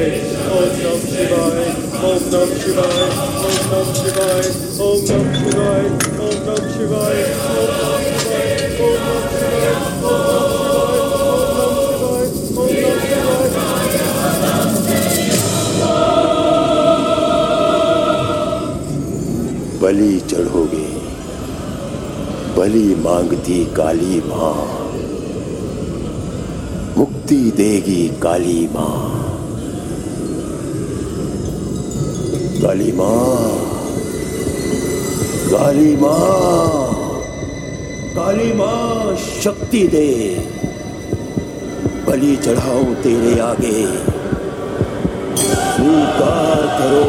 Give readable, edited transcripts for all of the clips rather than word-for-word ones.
बलि चढ़ोगे, बलि मांगती काली माँ, मुक्ति देगी काली माँ। काली माँ, काली माँ, काली माँ शक्ति दे, बलि चढ़ाऊं तेरे आगे, स्वीकार करो।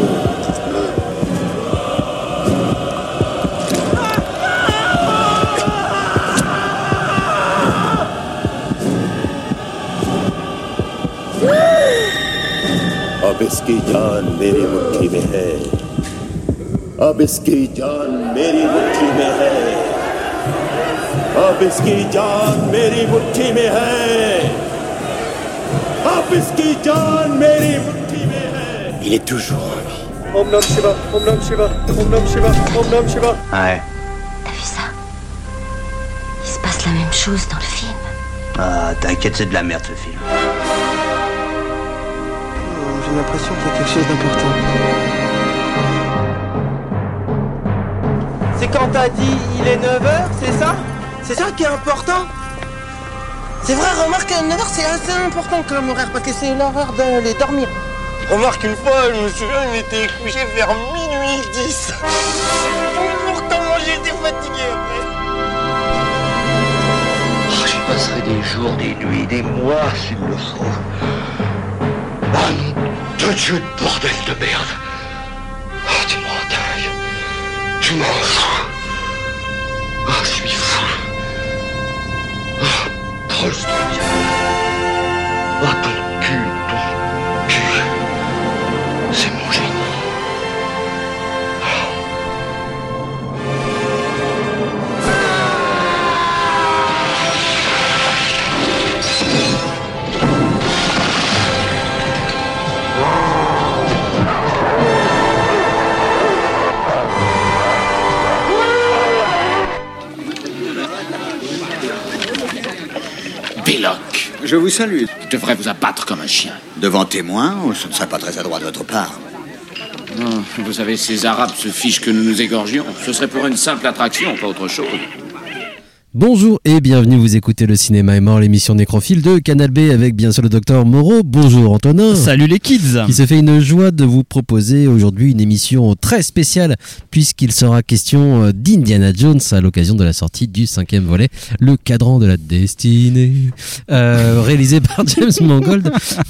अब इसकी जान मेरी मुट्ठी में है, अब इसकी जान मेरी मुट्ठी में है, अब इसकी जान मेरी मुट्ठी में है, अब इसकी जान मेरी मुट्ठी में है। Il est toujours en lui. Om Nam Shiva, Om Nam Shiva, Om Nam Shiva, Om Nam Shiva. Ouais. T'as vu ça? Il se passe la même chose dans le film. Ah, t'inquiète, c'est de la merde ce film. J'ai l'impression qu'il y a quelque chose d'important. C'est quand t'as dit il est 9h, c'est ça? C'est ça qui est important? C'est vrai, remarque, 9h c'est assez important comme horaire parce que c'est l'heure d'aller dormir. Remarque, une fois, je me souviens, il était couché vers minuit 10. Pourtant, moi j'étais fatigué après. Oh, j'y passerai des jours, des nuits, des mois s'il le faut. Ah non, de Dieu de bordel de merde. Oh, tu m'en dingue. Tu m'en fous. Oh, je suis fou. Oh, proche de bien. Oh, ton cul. C'est mon génie. Belloc, je vous salue. Je devrais vous abattre comme un chien. Devant témoin, ce ne serait pas très adroit de votre part. Non, vous savez, ces Arabes se fichent que nous nous égorgions. Ce serait pour une simple attraction, pas autre chose. Bonjour et bienvenue, vous écoutez le Cinéma est mort, l'émission nécrophile de Canal B avec bien sûr le docteur Moreau. Bonjour Antonin. Salut les kids. Qui se fait une joie de vous proposer aujourd'hui une émission très spéciale puisqu'il sera question d'Indiana Jones à l'occasion de la sortie du 5e volet, Le Cadran de la Destinée, réalisé par James Mangold,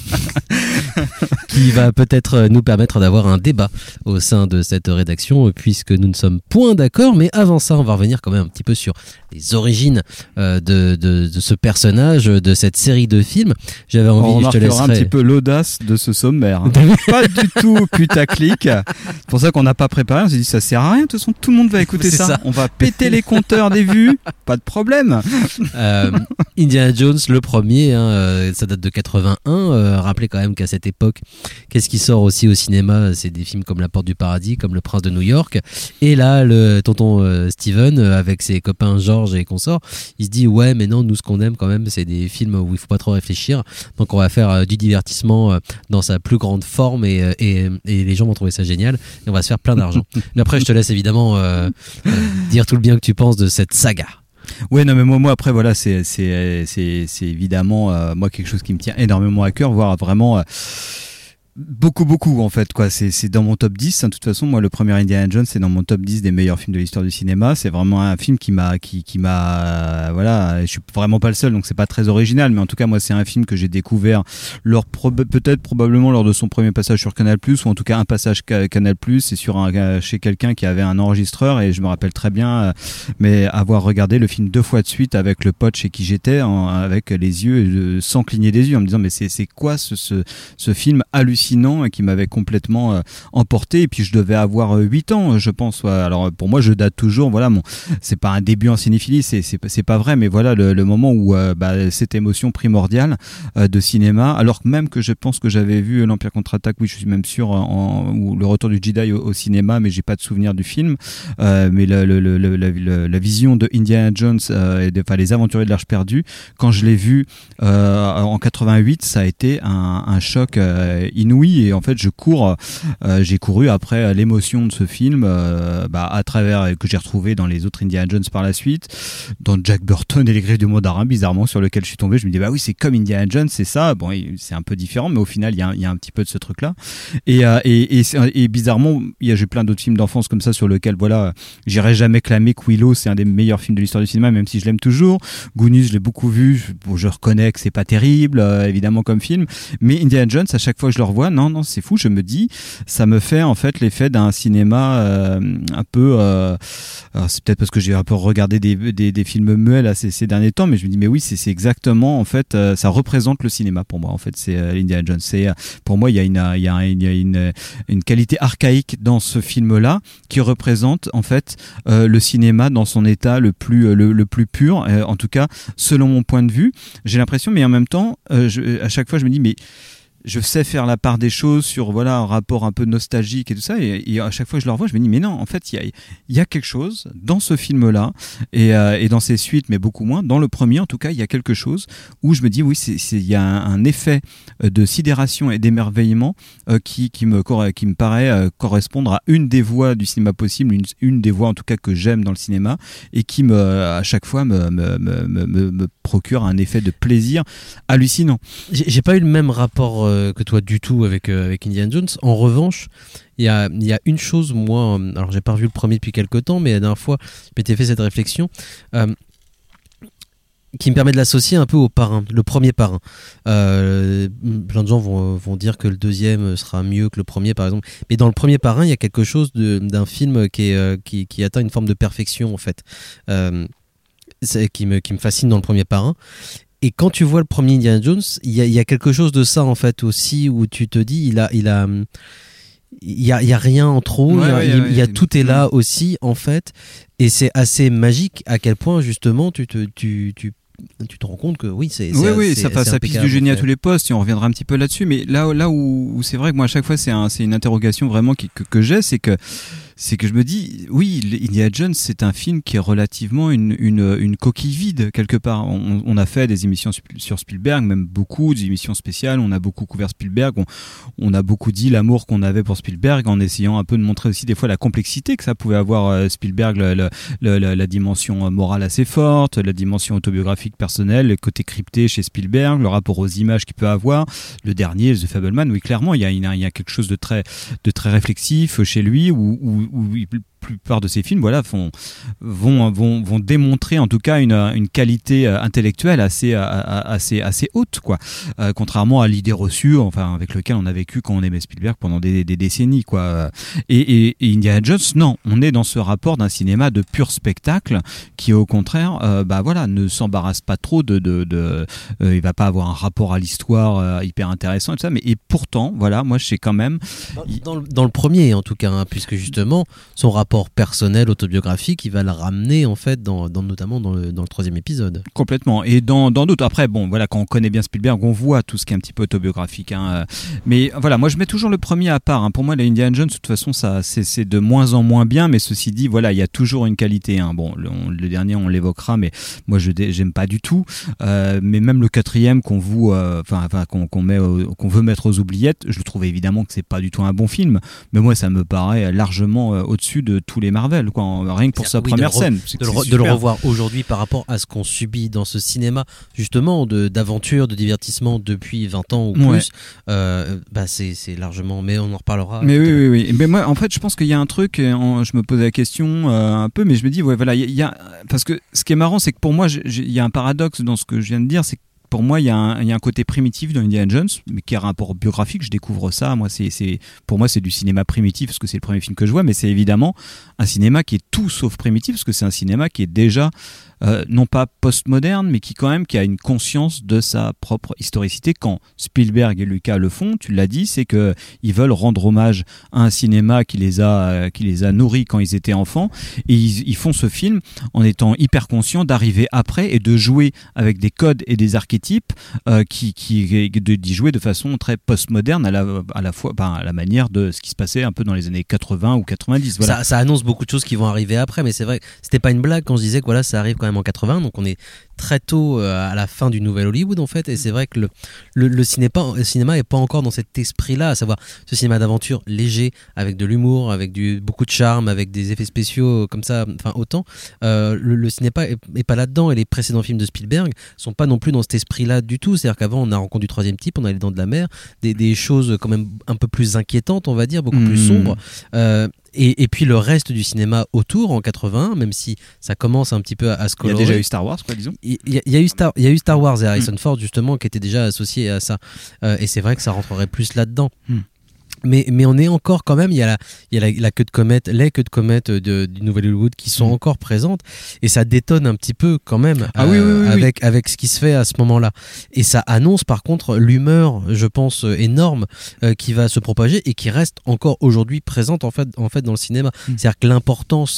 qui va peut-être nous permettre d'avoir un débat au sein de cette rédaction puisque nous ne sommes point d'accord, mais avant ça on va revenir quand même un petit peu sur les origines de ce personnage, de cette série de films. J'avais envie, je te laisserai un petit peu l'audace de ce sommaire. Pas du tout putaclic. C'est pour ça qu'on n'a pas préparé. On s'est dit ça sert à rien. De toute façon, tout le monde va écouter ça. On va péter les compteurs des vues. Pas de problème. Indiana Jones, le premier, ça date de 81. Rappelez quand même qu'à cette époque, qu'est-ce qui sort aussi au cinéma? C'est des films comme La Porte du Paradis, comme Le Prince de New York. Et là, le tonton Steven, avec ses copains George et consorts, il se dit ouais mais non, nous ce qu'on aime quand même c'est des films où il faut pas trop réfléchir, donc on va faire du divertissement dans sa plus grande forme et les gens vont trouver ça génial et on va se faire plein d'argent. Mais après je te laisse évidemment dire tout le bien que tu penses de cette saga. Ouais, non mais moi après voilà, c'est évidemment moi quelque chose qui me tient énormément à cœur, voire vraiment beaucoup en fait quoi. C'est dans mon top 10 de toute façon. Moi le premier Indiana Jones c'est dans mon top 10 des meilleurs films de l'histoire du cinéma. C'est vraiment un film qui m'a voilà, je suis vraiment pas le seul donc c'est pas très original, mais en tout cas moi c'est un film que j'ai découvert probablement lors de son premier passage sur Canal+, ou en tout cas un passage Canal+, et chez quelqu'un qui avait un enregistreur, et je me rappelle très bien mais avoir regardé le film 2 fois de suite avec le pote chez qui j'étais avec les yeux sans cligner des yeux en me disant mais c'est quoi ce film hallucinant hallucinant et qui m'avait complètement emporté. Et puis je devais avoir 8 ans, je pense. Ouais. Alors pour moi, je date toujours. Voilà, c'est pas un début en cinéphilie, c'est pas vrai, mais voilà le moment où cette émotion primordiale de cinéma. Alors même que je pense que j'avais vu l'Empire contre-attaque, oui, je suis même sûr, ou le Retour du Jedi au cinéma, mais j'ai pas de souvenir du film. Mais la vision de Indiana Jones et les Aventuriers de l'Arche perdue, quand je l'ai vu en 88, ça a été un choc inouï. Et en fait, j'ai couru après l'émotion de ce film, à travers que j'ai retrouvé dans les autres Indiana Jones par la suite, dans Jack Burton et les Griffes du Mandarin, bizarrement, sur lequel je suis tombé. Je me dis oui, c'est comme Indiana Jones, c'est ça. Bon, c'est un peu différent, mais au final, il y a un petit peu de ce truc-là. Et bizarrement, j'ai plein d'autres films d'enfance comme ça sur lesquels, voilà, j'irai jamais clamer que Willow, c'est un des meilleurs films de l'histoire du cinéma, même si je l'aime toujours. Goonies, je l'ai beaucoup vu. Je reconnais que c'est pas terrible, évidemment, comme film. Mais Indiana Jones, à chaque fois que je le revois, non, c'est fou. Je me dis, ça me fait en fait l'effet d'un cinéma un peu. Alors c'est peut-être parce que j'ai un peu regardé des films muets là ces derniers temps, mais je me dis mais oui, c'est exactement en fait, ça représente le cinéma pour moi. En fait, c'est Indiana Jones. C'est pour moi, il y a une qualité archaïque dans ce film-là qui représente en fait le cinéma dans son état le plus pur. En tout cas, selon mon point de vue, j'ai l'impression, mais en même temps, à chaque fois, je me dis mais je sais faire la part des choses sur voilà un rapport un peu nostalgique et tout ça, et à chaque fois que je le revois, je me dis mais non, en fait il y a quelque chose dans ce film là et dans ses suites, mais beaucoup moins dans le premier en tout cas. Il y a quelque chose où je me dis oui, il y a un effet de sidération et d'émerveillement qui me paraît correspondre à une des voies du cinéma possible, une des voies en tout cas que j'aime dans le cinéma, et qui à chaque fois me procure un effet de plaisir hallucinant. J'ai pas eu le même rapport que toi du tout avec Indiana Jones. En revanche, il y a une chose, moi, alors j'ai pas revu le premier depuis quelques temps, mais la dernière fois je m'étais fait cette réflexion qui me permet de l'associer un peu au Parrain, le premier Parrain. Plein de gens vont dire que le deuxième sera mieux que le premier, par exemple, mais dans le premier Parrain il y a quelque chose d'un film qui atteint une forme de perfection en fait, qui me fascine dans le premier Parrain. Et quand tu vois le premier Indiana Jones, il y a quelque chose de ça en fait aussi, où tu te dis il y a rien en trop, tout est là aussi en fait, et c'est assez magique à quel point justement tu te rends compte que oui, ça pisse du génie à tous les postes, et on reviendra un petit peu là-dessus. Mais là où c'est vrai que moi à chaque fois c'est une interrogation vraiment que j'ai, c'est que je me dis, oui, Indiana Jones, c'est un film qui est relativement une coquille vide, quelque part. On a fait des émissions sur Spielberg, même beaucoup d'émissions spéciales, on a beaucoup couvert Spielberg, on a beaucoup dit l'amour qu'on avait pour Spielberg, en essayant un peu de montrer aussi des fois la complexité que ça pouvait avoir, Spielberg, la dimension morale assez forte, la dimension autobiographique personnelle, le côté crypté chez Spielberg, le rapport aux images qu'il peut avoir. Le dernier, The Fableman, oui, clairement, il y a quelque chose de très réflexif chez lui, où la plupart de ces films, voilà, vont démontrer en tout cas une qualité intellectuelle assez haute, quoi. Contrairement à l'idée reçue, enfin avec lequel on a vécu quand on aimait Spielberg pendant des décennies, quoi. Et Indiana Jones, non, on est dans ce rapport d'un cinéma de pur spectacle qui, au contraire, ne s'embarrasse pas trop il va pas avoir un rapport à l'histoire hyper intéressant et tout ça, et pourtant, voilà, moi je sais quand même dans le premier en tout cas, hein, puisque justement son rapport personnel, autobiographique, il va le ramener en fait notamment dans le troisième épisode. Complètement. Et dans d'autres. Après, bon, voilà, quand on connaît bien Spielberg, on voit tout ce qui est un petit peu autobiographique. Hein. Mais voilà, moi je mets toujours le premier à part. Hein. Pour moi, les Indiana Jones, de toute façon, ça, c'est de moins en moins bien. Mais ceci dit, voilà, il y a toujours une qualité. Hein. Bon, le dernier, on l'évoquera, mais moi, j'aime pas du tout. Mais même le quatrième qu'on veut mettre aux oubliettes, je trouve évidemment que c'est pas du tout un bon film. Mais moi, ça me paraît largement au-dessus de tous les Marvel, quoi, rien que pour sa première scène. De le revoir aujourd'hui par rapport à ce qu'on subit dans ce cinéma, justement, d'aventure, de divertissement depuis 20 ans ou plus, c'est largement, mais on en reparlera. Mais oui. Mais moi, en fait, je pense qu'il y a un truc, je me pose la question un peu, mais je me dis, ouais, voilà, parce que ce qui est marrant, c'est que pour moi, il y a un paradoxe dans ce que je viens de dire, c'est que pour moi, il y a un côté primitif dans Indiana Jones, mais qui a un rapport biographique. Je découvre ça. Moi, pour moi, c'est du cinéma primitif parce que c'est le premier film que je vois, mais c'est évidemment un cinéma qui est tout sauf primitif parce que c'est un cinéma qui est déjà non pas postmoderne, mais qui a une conscience de sa propre historicité. Quand Spielberg et Lucas le font, tu l'as dit, c'est que ils veulent rendre hommage à un cinéma qui les a nourris quand ils étaient enfants, et ils font ce film en étant hyper conscients d'arriver après et de jouer avec des codes et des archétypes d'y jouer de façon très postmoderne à la fois à la manière de ce qui se passait un peu dans les années 80 ou 90. Voilà. Ça annonce beaucoup de choses qui vont arriver après, mais c'est vrai que c'était pas une blague quand je disais que voilà, ça arrive quand même en 80, donc on est très tôt à la fin du nouvel Hollywood en fait, et c'est vrai que le cinéma est pas encore dans cet esprit-là, à savoir ce cinéma d'aventure léger, avec de l'humour, avec beaucoup de charme, avec des effets spéciaux comme ça, enfin autant. Le cinéma est pas là-dedans, et les précédents films de Spielberg sont pas non plus dans cet esprit-là du tout. C'est-à-dire qu'avant on a Rencontre du troisième type, on a Les Dents de la Mer, des choses quand même un peu plus inquiétantes, on va dire, beaucoup plus sombres. Et puis le reste du cinéma autour en 81, même si ça commence un petit peu à se colorer. Il y a déjà eu Star Wars, quoi, disons. Il y a eu Star Wars et Harrison Ford justement qui était déjà associé à ça. Et c'est vrai que ça rentrerait plus là-dedans. Mais on est encore quand même, il y a la queue de comète, les queues de comète du Nouvel Hollywood qui sont encore présentes, et ça détonne un petit peu quand même avec ce qui se fait à ce moment-là. Et ça annonce par contre l'humeur, je pense, énorme qui va se propager et qui reste encore aujourd'hui présente en fait dans le cinéma. C'est-à-dire que l'importance,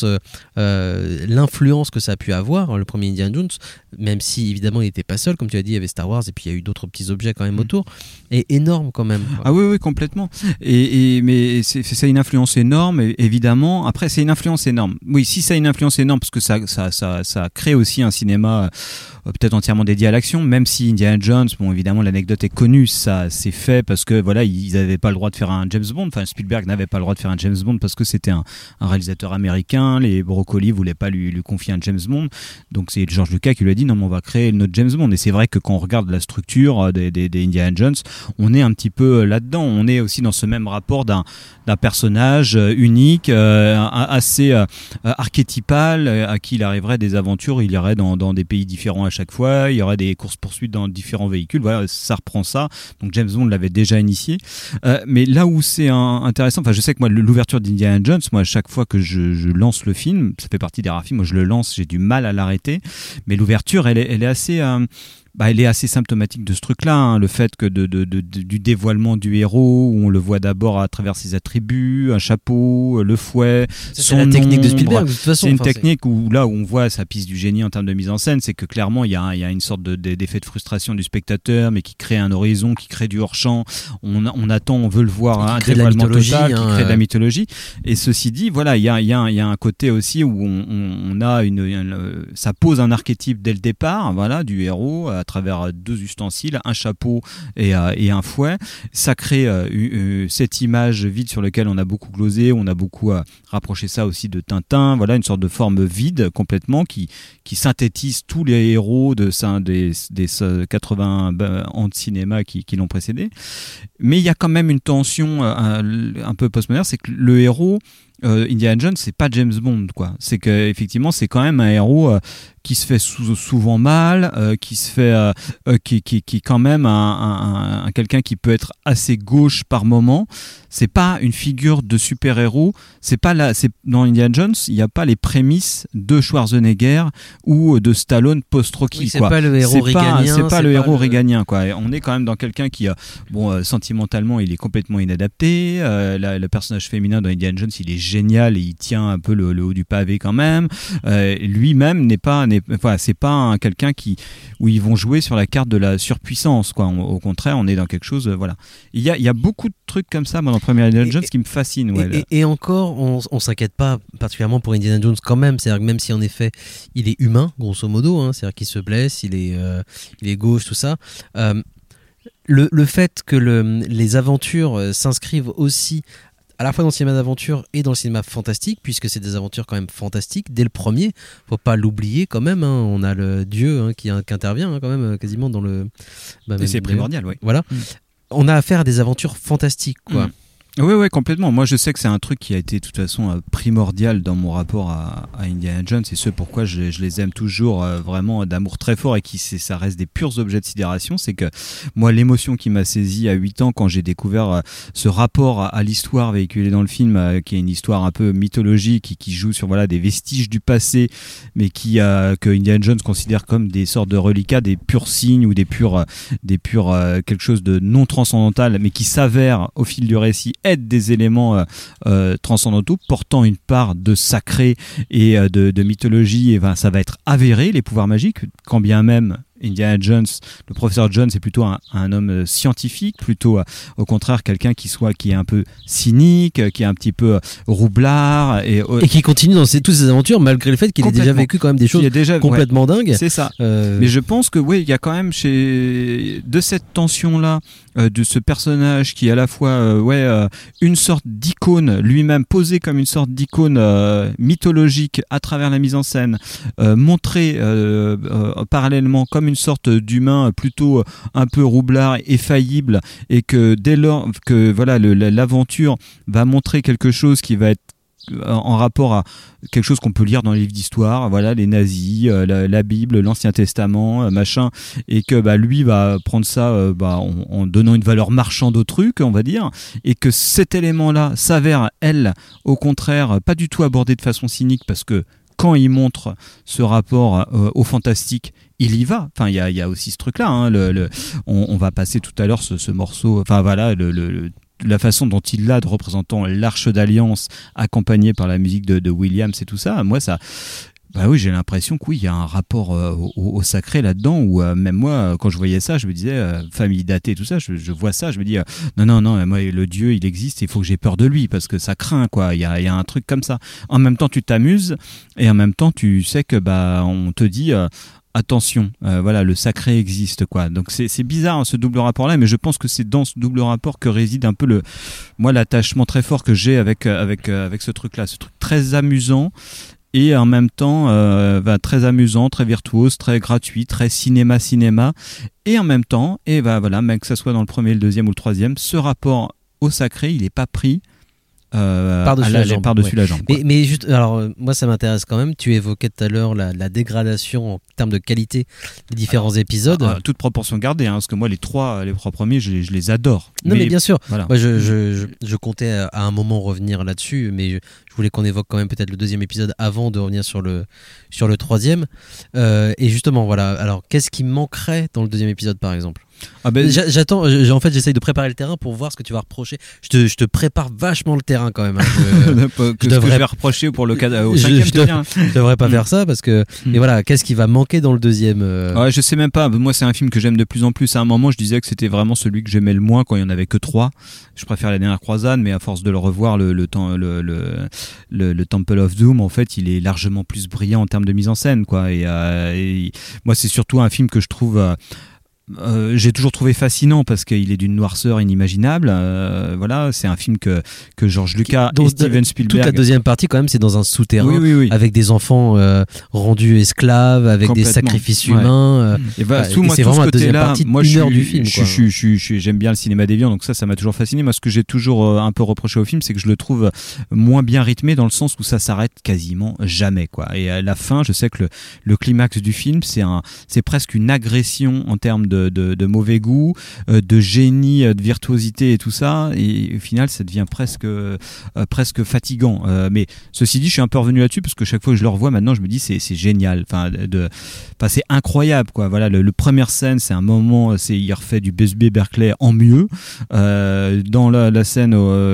l'influence que ça a pu avoir, le premier Indiana Jones, même si évidemment il n'était pas seul, comme tu as dit, il y avait Star Wars et puis il y a eu d'autres petits objets quand même autour, est énorme quand même, quoi. Ah oui, complètement. Mais c'est une influence énorme, évidemment. Après, c'est une influence énorme. Oui, si ça a une influence énorme, parce que ça crée aussi un cinéma peut-être entièrement dédié à l'action, même si Indiana Jones, bon, évidemment, l'anecdote est connue, ça s'est fait parce que voilà, ils n'avaient pas le droit de faire un James Bond. Enfin, Spielberg n'avait pas le droit de faire un James Bond parce que c'était un réalisateur américain. Les Broccoli voulaient pas lui confier un James Bond. Donc c'est George Lucas qui lui a dit non, mais on va créer notre James Bond. Et c'est vrai que quand on regarde la structure des Indiana Jones, on est un petit peu là-dedans. On est aussi dans ce même rapport d'un personnage unique, assez archétypal, à qui il arriverait des aventures, il irait dans des pays différents à chaque fois, il y aurait des courses-poursuites dans différents véhicules, voilà, ça reprend ça. Donc James Bond l'avait déjà initié. Mais là où c'est intéressant, enfin je sais que moi l'ouverture d'Indiana Jones, moi à chaque fois que je lance le film, ça fait partie des rares films, moi je le lance, j'ai du mal à l'arrêter, mais l'ouverture elle est assez... elle est assez symptomatique de ce truc-là, hein, le fait que du dévoilement du héros, où on le voit d'abord à travers ses attributs, un chapeau, le fouet, c'est la technique de Spielberg de toute façon. C'est une technique où on voit sa piste du génie en termes de mise en scène, c'est que clairement il y a une sorte d'effet de frustration du spectateur, mais qui crée un horizon, qui crée du hors-champ. On attend, on veut le voir, un dévoilement total, qui crée de la mythologie. Et ceci dit, voilà, il y a un côté aussi où on a ça pose un archétype dès le départ, voilà, du héros à travers deux ustensiles, un chapeau et un fouet. Ça crée cette image vide sur laquelle on a beaucoup glosé, on a beaucoup rapproché ça aussi de Tintin, voilà, une sorte de forme vide complètement qui synthétise tous les héros des 80 ans de cinéma qui l'ont précédé. Mais il y a quand même une tension un peu postmoderne, c'est que le héros Indiana Jones, c'est pas James Bond, quoi. C'est que effectivement, c'est quand même un héros qui se fait souvent mal, qui se fait, qui quand même un quelqu'un qui peut être assez gauche par moment. C'est pas une figure de super-héros. C'est dans Indiana Jones, il n'y a pas les prémices de Schwarzenegger ou de Stallone post-Rocky. Oui, c'est pas le héros réganien. C'est pas le héros réganien, quoi. On est quand même dans quelqu'un qui, sentimentalement, il est complètement inadapté. Le personnage féminin dans Indiana Jones, il est génial et il tient un peu le haut du pavé quand même. Lui-même c'est pas quelqu'un où ils vont jouer sur la carte de la surpuissance, quoi. Au contraire, on est dans quelque chose, voilà. Il y a beaucoup de trucs comme ça dans le premier Indiana Jones qui me fascinent. Ouais, et encore, on s'inquiète pas particulièrement pour Indiana Jones quand même. C'est-à-dire que même si en effet il est humain, grosso modo, hein, c'est-à-dire qu'il se blesse, il est gauche, tout ça. Le fait que les aventures s'inscrivent aussi à la fois dans le cinéma d'aventure et dans le cinéma fantastique, puisque c'est des aventures quand même fantastiques. Dès le premier, faut pas l'oublier quand même, hein. On a le dieu qui intervient quand même quasiment dans le... et c'est primordial, oui. Voilà. On a affaire à des aventures fantastiques, quoi. Ouais, complètement. Moi, je sais que c'est un truc qui a été de toute façon primordial dans mon rapport à Indiana Jones, et ce pourquoi je les aime toujours vraiment d'amour très fort, et ça reste des purs objets de sidération. C'est que moi, l'émotion qui m'a saisi à 8 ans quand j'ai découvert ce rapport à l'histoire véhiculée dans le film, qui est une histoire un peu mythologique, qui joue sur des vestiges du passé, mais que Indiana Jones considère comme des sortes de reliquats, des purs signes ou des purs quelque chose de non transcendantal, mais qui s'avère au fil du récit être des éléments transcendantaux portant une part de sacré et de mythologie. Et ça va être avéré, les pouvoirs magiques, quand bien même Indiana Jones, le professeur Jones, est plutôt un homme scientifique, plutôt au contraire quelqu'un qui est un peu cynique, qui est un petit peu roublard et qui continue dans toutes ses aventures malgré le fait qu'il ait déjà vécu quand même des choses complètement dingues. C'est ça. Mais je pense que il y a quand même de cette tension là, de ce personnage qui est à la fois une sorte d'icône lui-même, posé comme une sorte d'icône mythologique à travers la mise en scène, montré parallèlement comme une sorte d'humain plutôt un peu roublard et faillible, et que dès lors que l'aventure va montrer quelque chose qui va être en rapport à quelque chose qu'on peut lire dans les livres d'histoire, les nazis, la Bible, l'Ancien Testament, machin, et que lui va prendre ça en donnant une valeur marchande au truc, on va dire, et que cet élément-là s'avère, au contraire, pas du tout abordé de façon cynique, parce que quand il montre ce rapport au fantastique, il y va. Enfin, il y a aussi ce truc-là. On va passer tout à l'heure ce morceau. Enfin voilà, la façon dont il l'a de représentant l'Arche d'Alliance, accompagnée par la musique de Williams et tout ça. Moi, ça. Oui, j'ai l'impression qu'il y a un rapport au sacré là-dedans, où même moi, quand je voyais ça, je me disais, famille datée, tout ça, je vois ça, je me dis, non, moi, le Dieu, il existe, il faut que j'ai peur de lui, parce que ça craint, quoi. Il y a un truc comme ça. En même temps, tu t'amuses, et en même temps, tu sais que on te dit... attention, le sacré existe, quoi. Donc c'est bizarre, ce double rapport-là, mais je pense que c'est dans ce double rapport que réside un peu l'attachement très fort que j'ai avec ce truc-là, ce truc très amusant. Et en même temps, très amusant, très virtuose, très gratuit, très cinéma. Et en même temps, même que ça soit dans le premier, le deuxième ou le troisième, ce rapport au sacré, il n'est pas pris par-dessus la jambe. Mais juste, alors moi ça m'intéresse quand même. Tu évoquais tout à l'heure la dégradation en termes de qualité des différents épisodes. Toute proportion gardée, parce que moi les trois premiers, je les adore. Non, mais bien sûr. Voilà. Moi je comptais à un moment revenir là-dessus, mais je voulais qu'on évoque quand même peut-être le deuxième épisode avant de revenir sur le troisième. Et justement, alors qu'est-ce qui manquerait dans le deuxième épisode, par exemple? J'attends. En fait, j'essaye de préparer le terrain pour voir ce que tu vas reprocher. Je te prépare vachement le terrain quand même. Que je vais reprocher pour le cas au cinquième. Je devrais pas faire ça parce que. Mais voilà, qu'est-ce qui va manquer dans le deuxième je sais même pas. Moi, c'est un film que j'aime de plus en plus. À un moment, je disais que c'était vraiment celui que j'aimais le moins quand il y en avait que 3. Je préfère La Dernière Croisade, mais à force de le revoir, le Temple of Doom, en fait, il est largement plus brillant en termes de mise en scène, quoi. Et moi, c'est surtout un film que je trouve. J'ai toujours trouvé fascinant parce qu'il est d'une noirceur inimaginable. C'est un film que George Lucas et Steven Spielberg. Toute la deuxième partie, quand même, c'est dans un souterrain, avec des enfants rendus esclaves, avec des sacrifices humains. Et c'est vraiment la deuxième partie de une heure du film. J'aime bien le cinéma déviant, donc ça m'a toujours fasciné. Moi, ce que j'ai toujours un peu reproché au film, c'est que je le trouve moins bien rythmé, dans le sens où ça s'arrête quasiment jamais, quoi. Et à la fin, je sais que le climax du film, c'est presque une agression en termes de mauvais goût, de génie, de virtuosité et tout ça, et au final ça devient presque fatigant. Mais ceci dit, je suis un peu revenu là-dessus parce que chaque fois que je le revois maintenant, je me dis c'est génial. C'est incroyable, quoi. Le première scène, c'est un moment, il refait du Busby Berkeley en mieux. Dans la scène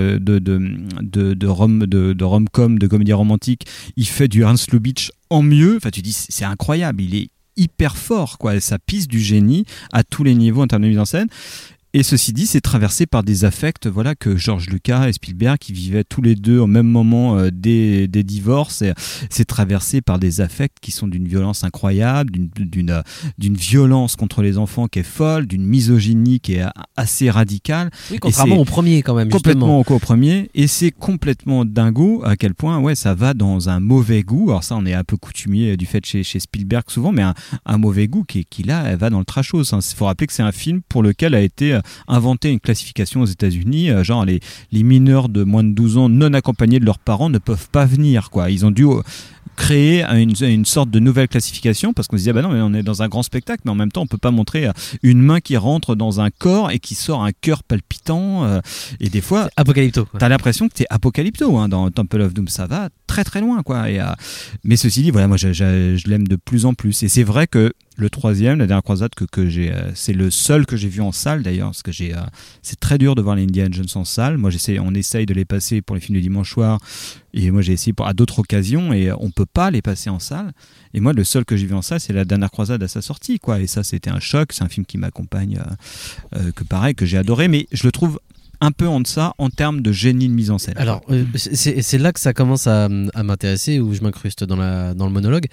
de rom-com, de comédie romantique, il fait du Ernst Lubitsch en mieux. Enfin, tu dis c'est incroyable. Il est hyper fort, quoi. Ça pisse du génie à tous les niveaux en termes de mise en scène. Et ceci dit, c'est traversé par des affects, que George Lucas et Spielberg, qui vivaient tous les deux au même moment des divorces, et c'est traversé par des affects qui sont d'une violence incroyable, d'une violence contre les enfants qui est folle, d'une misogynie qui est assez radicale. Oui, contrairement au premier, quand même. Complètement au premier, et c'est complètement dingo à quel point, ça va dans un mauvais goût. Alors ça, on est un peu coutumier du fait chez Spielberg souvent, mais un mauvais goût qui là, elle va dans le trashos. Il faut rappeler que c'est un film pour lequel a été inventé une classification aux États-Unis, genre les mineurs de moins de 12 ans non accompagnés de leurs parents ne peuvent pas venir, quoi. Ils ont dû créer une sorte de nouvelle classification parce qu'on se disait bah non, mais on est dans un grand spectacle, mais en même temps on peut pas montrer une main qui rentre dans un corps et qui sort un cœur palpitant, et des fois Apocalypto, t'as l'impression que t'es Apocalypto, hein, dans Temple of Doom. Ça va très très loin, quoi. Mais ceci dit, voilà, moi je l'aime de plus en plus, et c'est vrai que le troisième, la dernière croisade que j'ai, c'est le seul que j'ai vu en salle d'ailleurs, parce que c'est très dur de voir les Indiana Jones en salle. Moi on essaye de les passer pour les films du dimanche soir, et moi j'ai essayé à d'autres occasions, et on peut pas les passer en salle. Et moi le seul que j'ai vu en salle, c'est la dernière croisade à sa sortie, quoi. Et ça c'était un choc. C'est un film qui m'accompagne, que j'ai adoré, mais je le trouve un peu en deçà en termes de génie de mise en scène. Alors c'est là que ça commence à m'intéresser, où je m'incruste dans le monologue.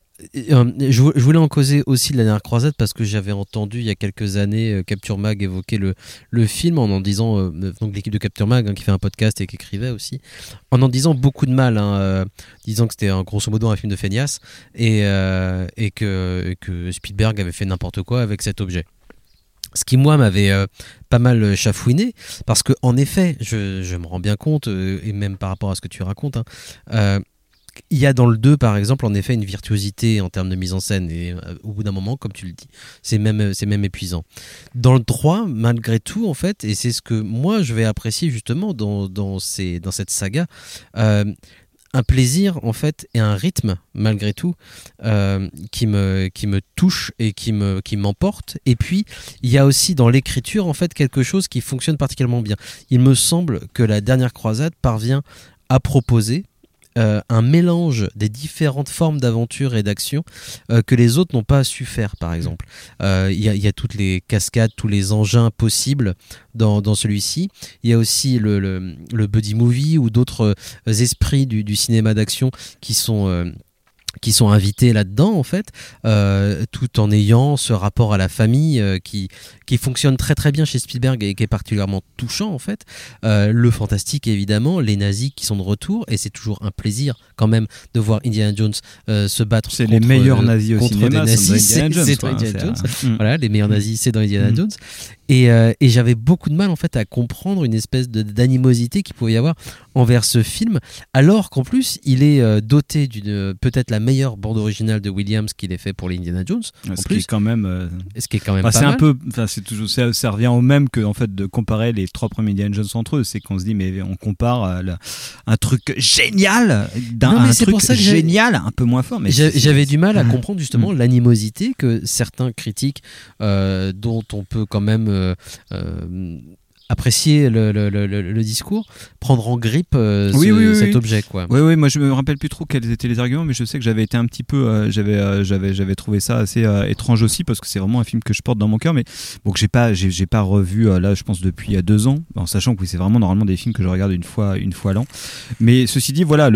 Je voulais en causer aussi de la dernière croisade parce que j'avais entendu il y a quelques années Capture Mag évoquer le film en disant, donc l'équipe de Capture Mag, hein, qui fait un podcast et qui écrivait aussi, en disant beaucoup de mal, disant que c'était grosso modo un film de feignasse, et que Spielberg avait fait n'importe quoi avec cet objet. Ce qui, moi, m'avait pas mal chafouiné, parce que en effet, je me rends bien compte, et même par rapport à ce que tu racontes, il y a dans le 2, par exemple, en effet, une virtuosité en termes de mise en scène, et au bout d'un moment, comme tu le dis, c'est même épuisant. Dans le 3, malgré tout, en fait, et c'est ce que moi je vais apprécier justement dans cette saga, un plaisir en fait et un rythme malgré tout qui me touche et qui m'emporte. Et puis il y a aussi dans l'écriture en fait quelque chose qui fonctionne particulièrement bien. Il me semble que la dernière croisade parvient à proposer un mélange des différentes formes d'aventure et d'action que les autres n'ont pas su faire, par exemple. Il y a toutes les cascades, tous les engins possibles dans celui-ci. Il y a aussi le buddy movie ou d'autres esprits du cinéma d'action qui sont invités là-dedans, en fait, tout en ayant ce rapport à la famille qui fonctionne très très bien chez Spielberg et qui est particulièrement touchant, en fait. Le fantastique, évidemment, les nazis qui sont de retour, et c'est toujours un plaisir quand même de voir Indiana Jones se battre c'est les meilleurs nazis au cinéma, des nazis. C'est dans Indiana Jones. Voilà, les meilleurs nazis, c'est dans Indiana Jones. Et j'avais beaucoup de mal en fait à comprendre une espèce d'animosité qu'il pouvait y avoir envers ce film, alors qu'en plus il est doté d'une peut-être la meilleure bande originale de Williams qu'il ait fait pour les Indiana Jones. Ce qui est quand même pas c'est mal. un peu, c'est toujours ça revient au même que en fait de comparer les 3 premiers Indiana Jones entre eux. C'est qu'on se dit mais on compare un truc génial un truc génial un peu moins fort. Mais j'avais du mal à comprendre justement l'animosité que certains critiques dont on peut quand même apprécier le discours, prendre en grippe cet objet, quoi. Oui, moi je me rappelle plus trop quels étaient les arguments, mais je sais que j'avais été un petit peu, j'avais trouvé ça assez étrange aussi, parce que c'est vraiment un film que je porte dans mon cœur, mais bon, que j'ai pas revu là, je pense depuis 2 ans, en sachant que c'est vraiment normalement des films que je regarde une fois l'an. Mais ceci dit, voilà,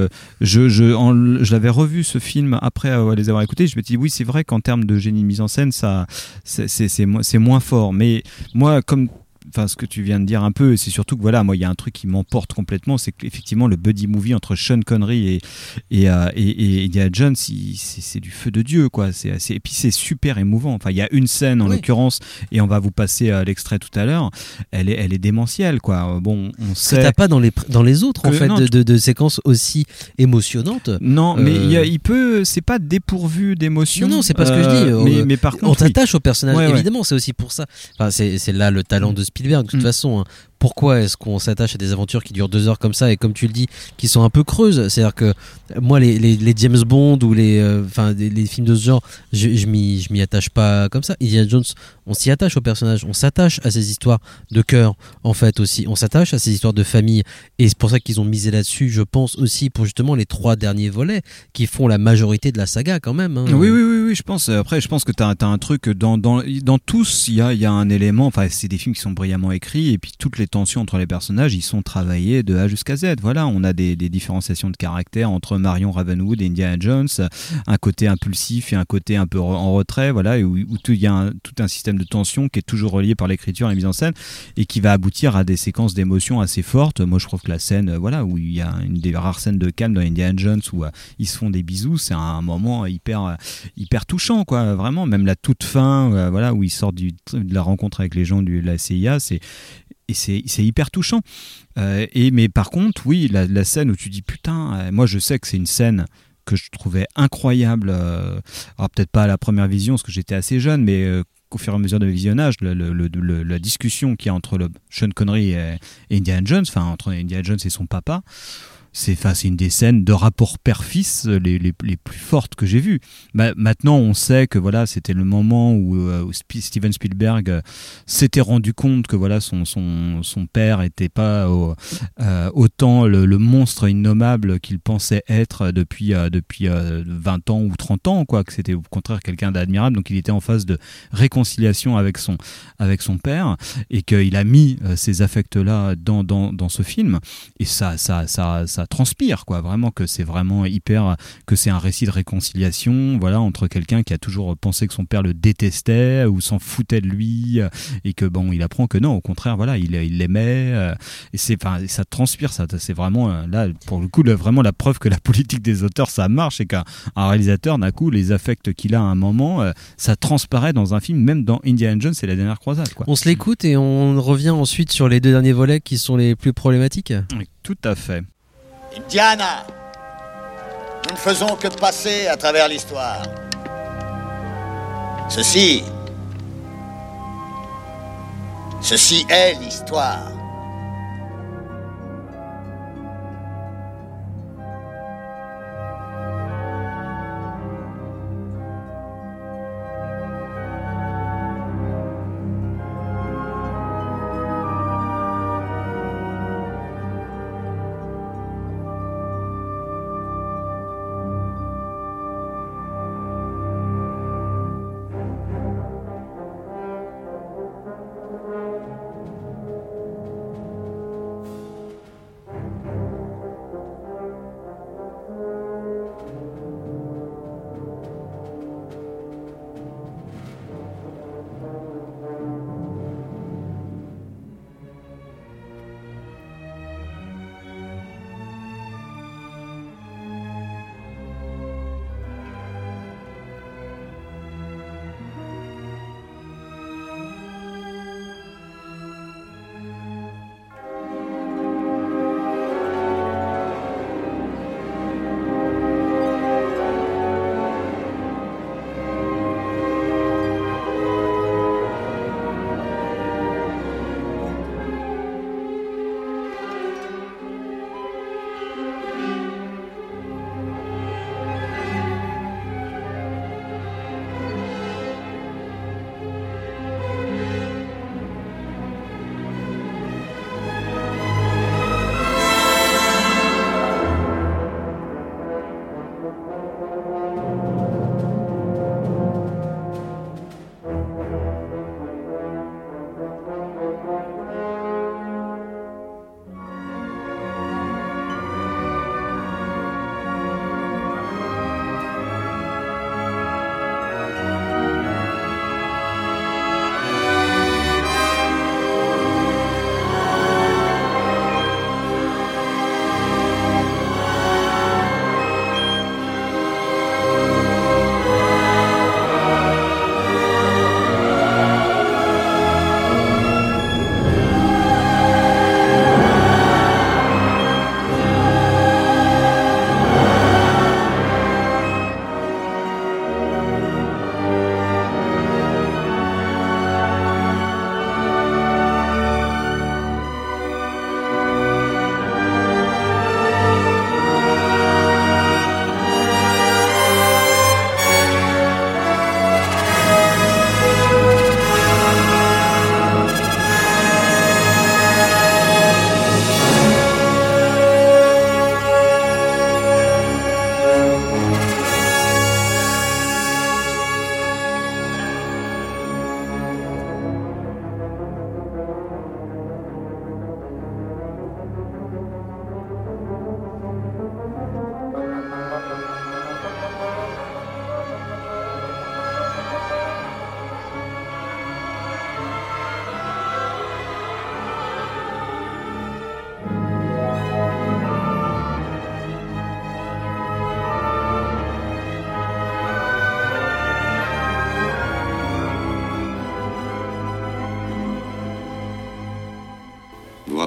je l'avais revu ce film après les avoir écoutés. Je me suis dit oui, c'est vrai qu'en termes de génie de mise en scène, ça c'est moins fort, mais moi ce que tu viens de dire un peu, c'est surtout que voilà, moi il y a un truc qui m'emporte complètement, c'est qu'effectivement le buddy movie entre Sean Connery et Indiana Jones, c'est du feu de Dieu, quoi. Et puis c'est super émouvant. Enfin, il y a une scène en l'occurrence, et on va vous passer l'extrait tout à l'heure. Elle est démentielle, quoi. Bon, on sait que t'as pas dans les autres en fait de séquences aussi émotionnantes. Non, mais c'est pas dépourvu d'émotion. Non, c'est pas ce que je dis. Mais par contre, on t'attache au personnage. Évidemment, ouais. C'est aussi pour ça. Enfin, c'est là le talent de Spielberg, de toute façon, hein. Pourquoi est-ce qu'on s'attache à des aventures qui durent 2 heures comme ça, et comme tu le dis, qui sont un peu creuses? C'est-à-dire que moi, les James Bond ou les films de ce genre, je m'y attache pas comme ça. Indiana Jones, on s'y attache au personnage, on s'attache à ces histoires de cœur, en fait, aussi, on s'attache à ces histoires de famille, et c'est pour ça qu'ils ont misé là-dessus, je pense aussi, pour justement les 3 derniers volets qui font la majorité de la saga quand même, hein. Oui, je pense. Après, je pense que t'as un truc dans tous, il y a un élément. Enfin, c'est des films qui sont brillamment écrits, et puis toutes les tension entre les personnages, ils sont travaillés de A jusqu'à Z. Voilà, on a des différenciations de caractère entre Marion Ravenwood et Indiana Jones, un côté impulsif et un côté un peu en retrait, voilà, où il y a tout un système de tension qui est toujours relié par l'écriture et la mise en scène et qui va aboutir à des séquences d'émotions assez fortes. Moi, je trouve que la scène, voilà, où il y a une des rares scènes de calme dans Indiana Jones où ils se font des bisous, c'est un moment hyper touchant, quoi. Vraiment, même la toute fin, voilà, où ils sortent de la rencontre avec les gens de la CIA, c'est hyper touchant. Mais par contre, oui, la scène où tu dis putain, moi je sais que c'est une scène que je trouvais incroyable. Alors peut-être pas à la première vision parce que j'étais assez jeune, mais au fur et à mesure de visionnage, la discussion qu'il y a entre Sean Connery et Indiana Jones, enfin entre Indiana Jones et son papa. C'est une des scènes de rapport père-fils les plus fortes que j'ai vues. Maintenant, on sait que voilà, c'était le moment où Steven Spielberg s'était rendu compte que voilà, son père était pas autant le monstre innommable qu'il pensait être depuis 20 ans ou 30 ans, quoi, que c'était au contraire quelqu'un d'admirable. Donc il était en phase de réconciliation avec son père et qu'il a mis ces affects-là dans ce film. Et ça transpire, quoi, vraiment, que c'est vraiment que c'est un récit de réconciliation, voilà, entre quelqu'un qui a toujours pensé que son père le détestait ou s'en foutait de lui, et que bon, il apprend que non, au contraire, voilà, il l'aimait, et ça transpire, ça, c'est vraiment là, pour le coup, vraiment la preuve que la politique des auteurs, ça marche, et qu'un réalisateur, d'un coup, les affects qu'il a à un moment, ça transparaît dans un film, même dans Indiana Jones et la dernière croisade, quoi. On se l'écoute et on revient ensuite sur les 2 derniers volets qui sont les plus problématiques. Oui, tout à fait. Indiana, nous ne faisons que passer à travers l'histoire. Ceci est l'histoire.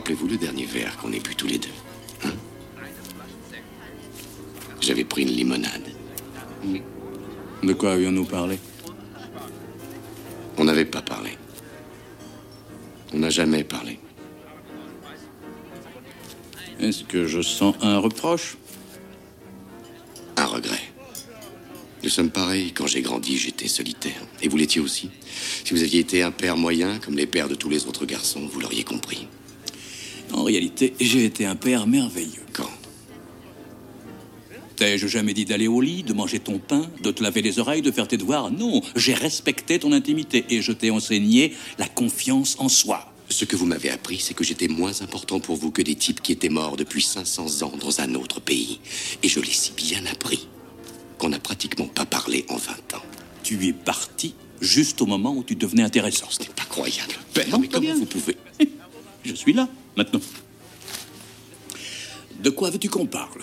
rappelez-vous le dernier verre qu'on ait bu tous les deux, hein? J'avais pris une limonade. De quoi avions-nous parlé? On n'avait pas parlé. On n'a jamais parlé. Est-ce que je sens un reproche? Un regret. Nous sommes pareils. Quand j'ai grandi, j'étais solitaire. Et vous l'étiez aussi. Si vous aviez été un père moyen, comme les pères de tous les autres garçons, vous l'auriez compris. En réalité, j'ai été un père merveilleux. Quand? T'ai-je jamais dit d'aller au lit, de manger ton pain, de te laver les oreilles, de faire tes devoirs? Non, j'ai respecté ton intimité et je t'ai enseigné la confiance en soi. Ce que vous m'avez appris, c'est que j'étais moins important pour vous que des types qui étaient morts depuis 500 ans dans un autre pays. Et je l'ai si bien appris qu'on n'a pratiquement pas parlé en 20 ans. Tu es parti juste au moment où tu devenais intéressant. Ce n'est pas croyable. Père, Non, mais pas comment bien. vous pouvez... Je suis là, maintenant. De quoi veux-tu qu'on parle?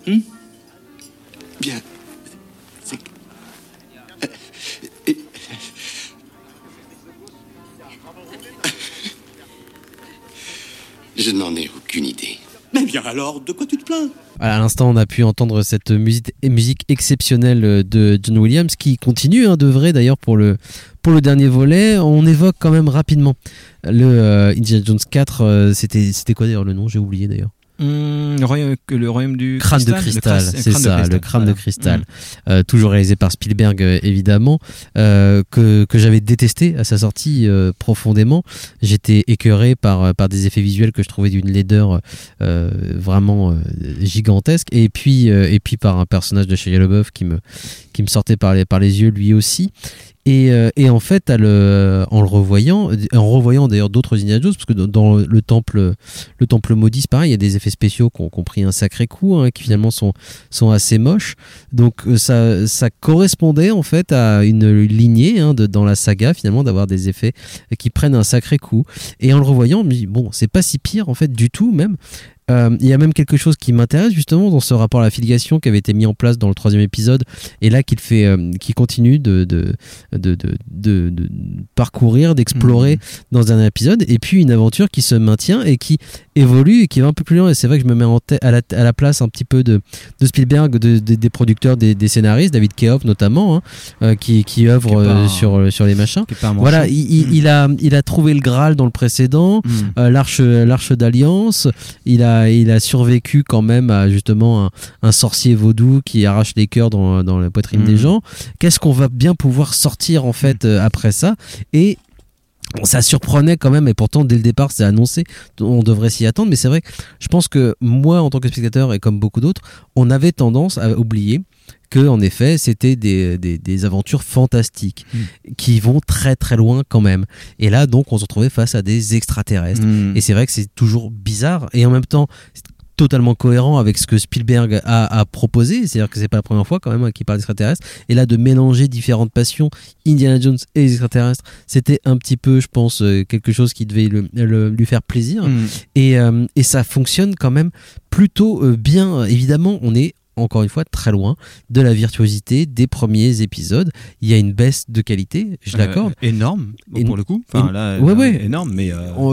Bien. C'est... Je n'en ai aucune idée. Mais bien alors, de quoi tu te plains? À l'instant, on a pu entendre cette musique exceptionnelle de John Williams qui continue d'œuvrer d'ailleurs pour le dernier volet. On évoque quand même rapidement le Indiana Jones 4. C'était quoi d'ailleurs le nom? J'ai oublié d'ailleurs. Le royaume du crâne de cristal, c'est ça, le crâne de cristal. Toujours réalisé par Spielberg, évidemment, que j'avais détesté à sa sortie profondément. J'étais écœuré par des effets visuels que je trouvais d'une laideur vraiment gigantesque, et puis par un personnage de Shia LaBeouf qui me sortait par les yeux lui aussi. Et en fait, en le revoyant d'ailleurs d'autres Indiana Jones, parce que dans le temple maudit, c'est pareil, il y a des effets spéciaux qui ont pris un sacré coup, qui finalement sont assez moches. Donc ça correspondait en fait à une lignée dans la saga finalement, d'avoir des effets qui prennent un sacré coup. Et en le revoyant, on me dit bon, c'est pas si pire en fait du tout même. Il y a même quelque chose qui m'intéresse justement dans ce rapport à la filiation qui avait été mis en place dans le 3e épisode, et là qu'il continue de parcourir, d'explorer dans un épisode, et puis une aventure qui se maintient et qui évolue et qui va un peu plus loin. Et c'est vrai que je me mets à la place un petit peu de Spielberg, des producteurs, des scénaristes, David Keough notamment, qui œuvre sur les machins. Voilà, il a trouvé le Graal dans le précédent, l'arche d'alliance. Il a survécu quand même à justement un sorcier vaudou qui arrache les cœurs dans la poitrine des gens. Qu'est-ce qu'on va bien pouvoir sortir en fait après ça? Et ça surprenait quand même, et pourtant dès le départ c'est annoncé, on devrait s'y attendre. Mais c'est vrai que je pense que moi en tant que spectateur, et comme beaucoup d'autres, on avait tendance à oublier que en effet c'était des aventures fantastiques qui vont très très loin quand même. Et là donc on se retrouvait face à des extraterrestres, et c'est vrai que c'est toujours bizarre, et en même temps c'est totalement cohérent avec ce que Spielberg a proposé. C'est-à-dire que c'est pas la première fois quand même qu'il parle d'extraterrestres, et là de mélanger différentes passions, Indiana Jones et les extraterrestres, c'était un petit peu, je pense, quelque chose qui devait lui faire plaisir. Et ça fonctionne quand même plutôt bien. Évidemment, on est encore une fois très loin de la virtuosité des premiers épisodes. Il y a une baisse de qualité, je l'accorde. Énorme, pour le coup. Enfin, là, énorme, mais...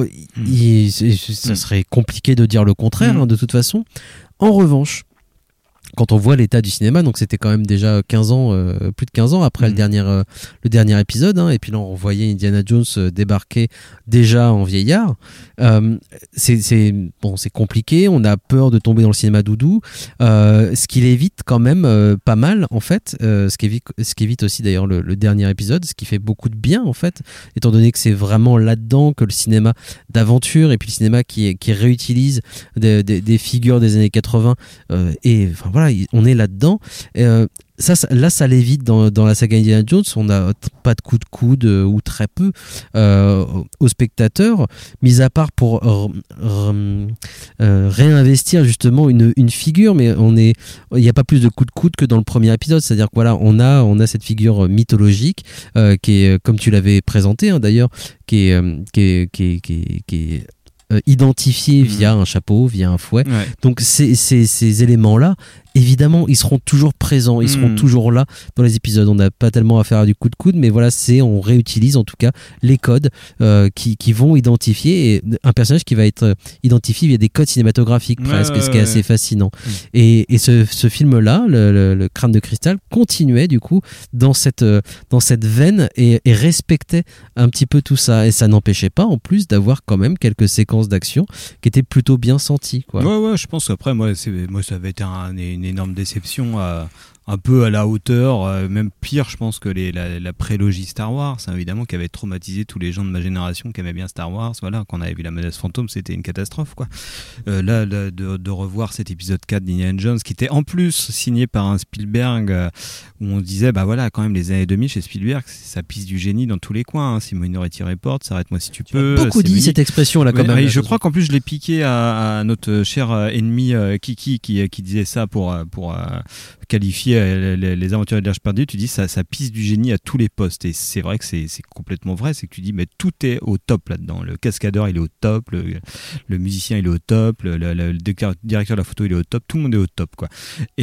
ça serait compliqué de dire le contraire, de toute façon. En revanche, quand on voit l'état du cinéma, donc c'était quand même déjà 15 ans, plus de 15 ans après le dernier épisode, et puis là on voyait Indiana Jones débarquer déjà en vieillard. C'est compliqué, on a peur de tomber dans le cinéma doudou, ce qu'il évite quand même pas mal en fait, ce qui évite aussi d'ailleurs le dernier épisode, ce qui fait beaucoup de bien en fait, étant donné que c'est vraiment là-dedans que le cinéma d'aventure et puis le cinéma qui réutilise des figures des années 80 et enfin voilà, on est là-dedans. Ça l'évite dans la saga Indiana Jones. On n'a pas de coup de coude ou très peu aux spectateurs, mis à part pour réinvestir justement une figure, mais il n'y a pas plus de coup de coude que dans le premier épisode. C'est-à-dire que voilà, on a cette figure mythologique qui est, comme tu l'avais présenté d'ailleurs, qui est identifiés via un chapeau, via un fouet. Ouais. Donc ces éléments-là, évidemment, ils seront toujours présents, ils seront toujours là dans les épisodes. On n'a pas tellement à faire du coup de coude, mais voilà, on réutilise en tout cas les codes qui vont identifier, et un personnage qui va être identifié via des codes cinématographiques presque, ce qui est assez fascinant. Et ce film-là, le Crâne de cristal, continuait du coup dans cette veine et respectait un petit peu tout ça. Et ça n'empêchait pas en plus d'avoir quand même quelques séquences d'action qui étaient plutôt bien senties, quoi. Ouais, je pense qu'après, moi, ça avait été une énorme déception, un peu à la hauteur, même pire, je pense que la prélogie Star Wars, évidemment, qui avait traumatisé tous les gens de ma génération qui aimaient bien Star Wars. Voilà, quand on avait vu La Menace Fantôme, c'était une catastrophe, quoi. Là, de revoir cet épisode 4 d'Indiana Jones, qui était en plus signé par un Spielberg, où on se disait, bah voilà, quand même, les années 2000 chez Spielberg, ça pisse du génie dans tous les coins, hein. C'est Minority Report, S'arrête-moi si tu peux. Beaucoup dit cette expression là, quand même. Je crois qu'en plus je l'ai piqué à notre cher ennemi Kiki qui disait ça pour qualifier les aventuriers de l'Arche perdue. Tu dis ça pisse du génie à tous les postes, et c'est vrai que c'est complètement vrai. C'est que tu dis mais tout est au top là-dedans. Le cascadeur il est au top, le musicien il est au top, le directeur de la photo il est au top, tout le monde est au top, quoi.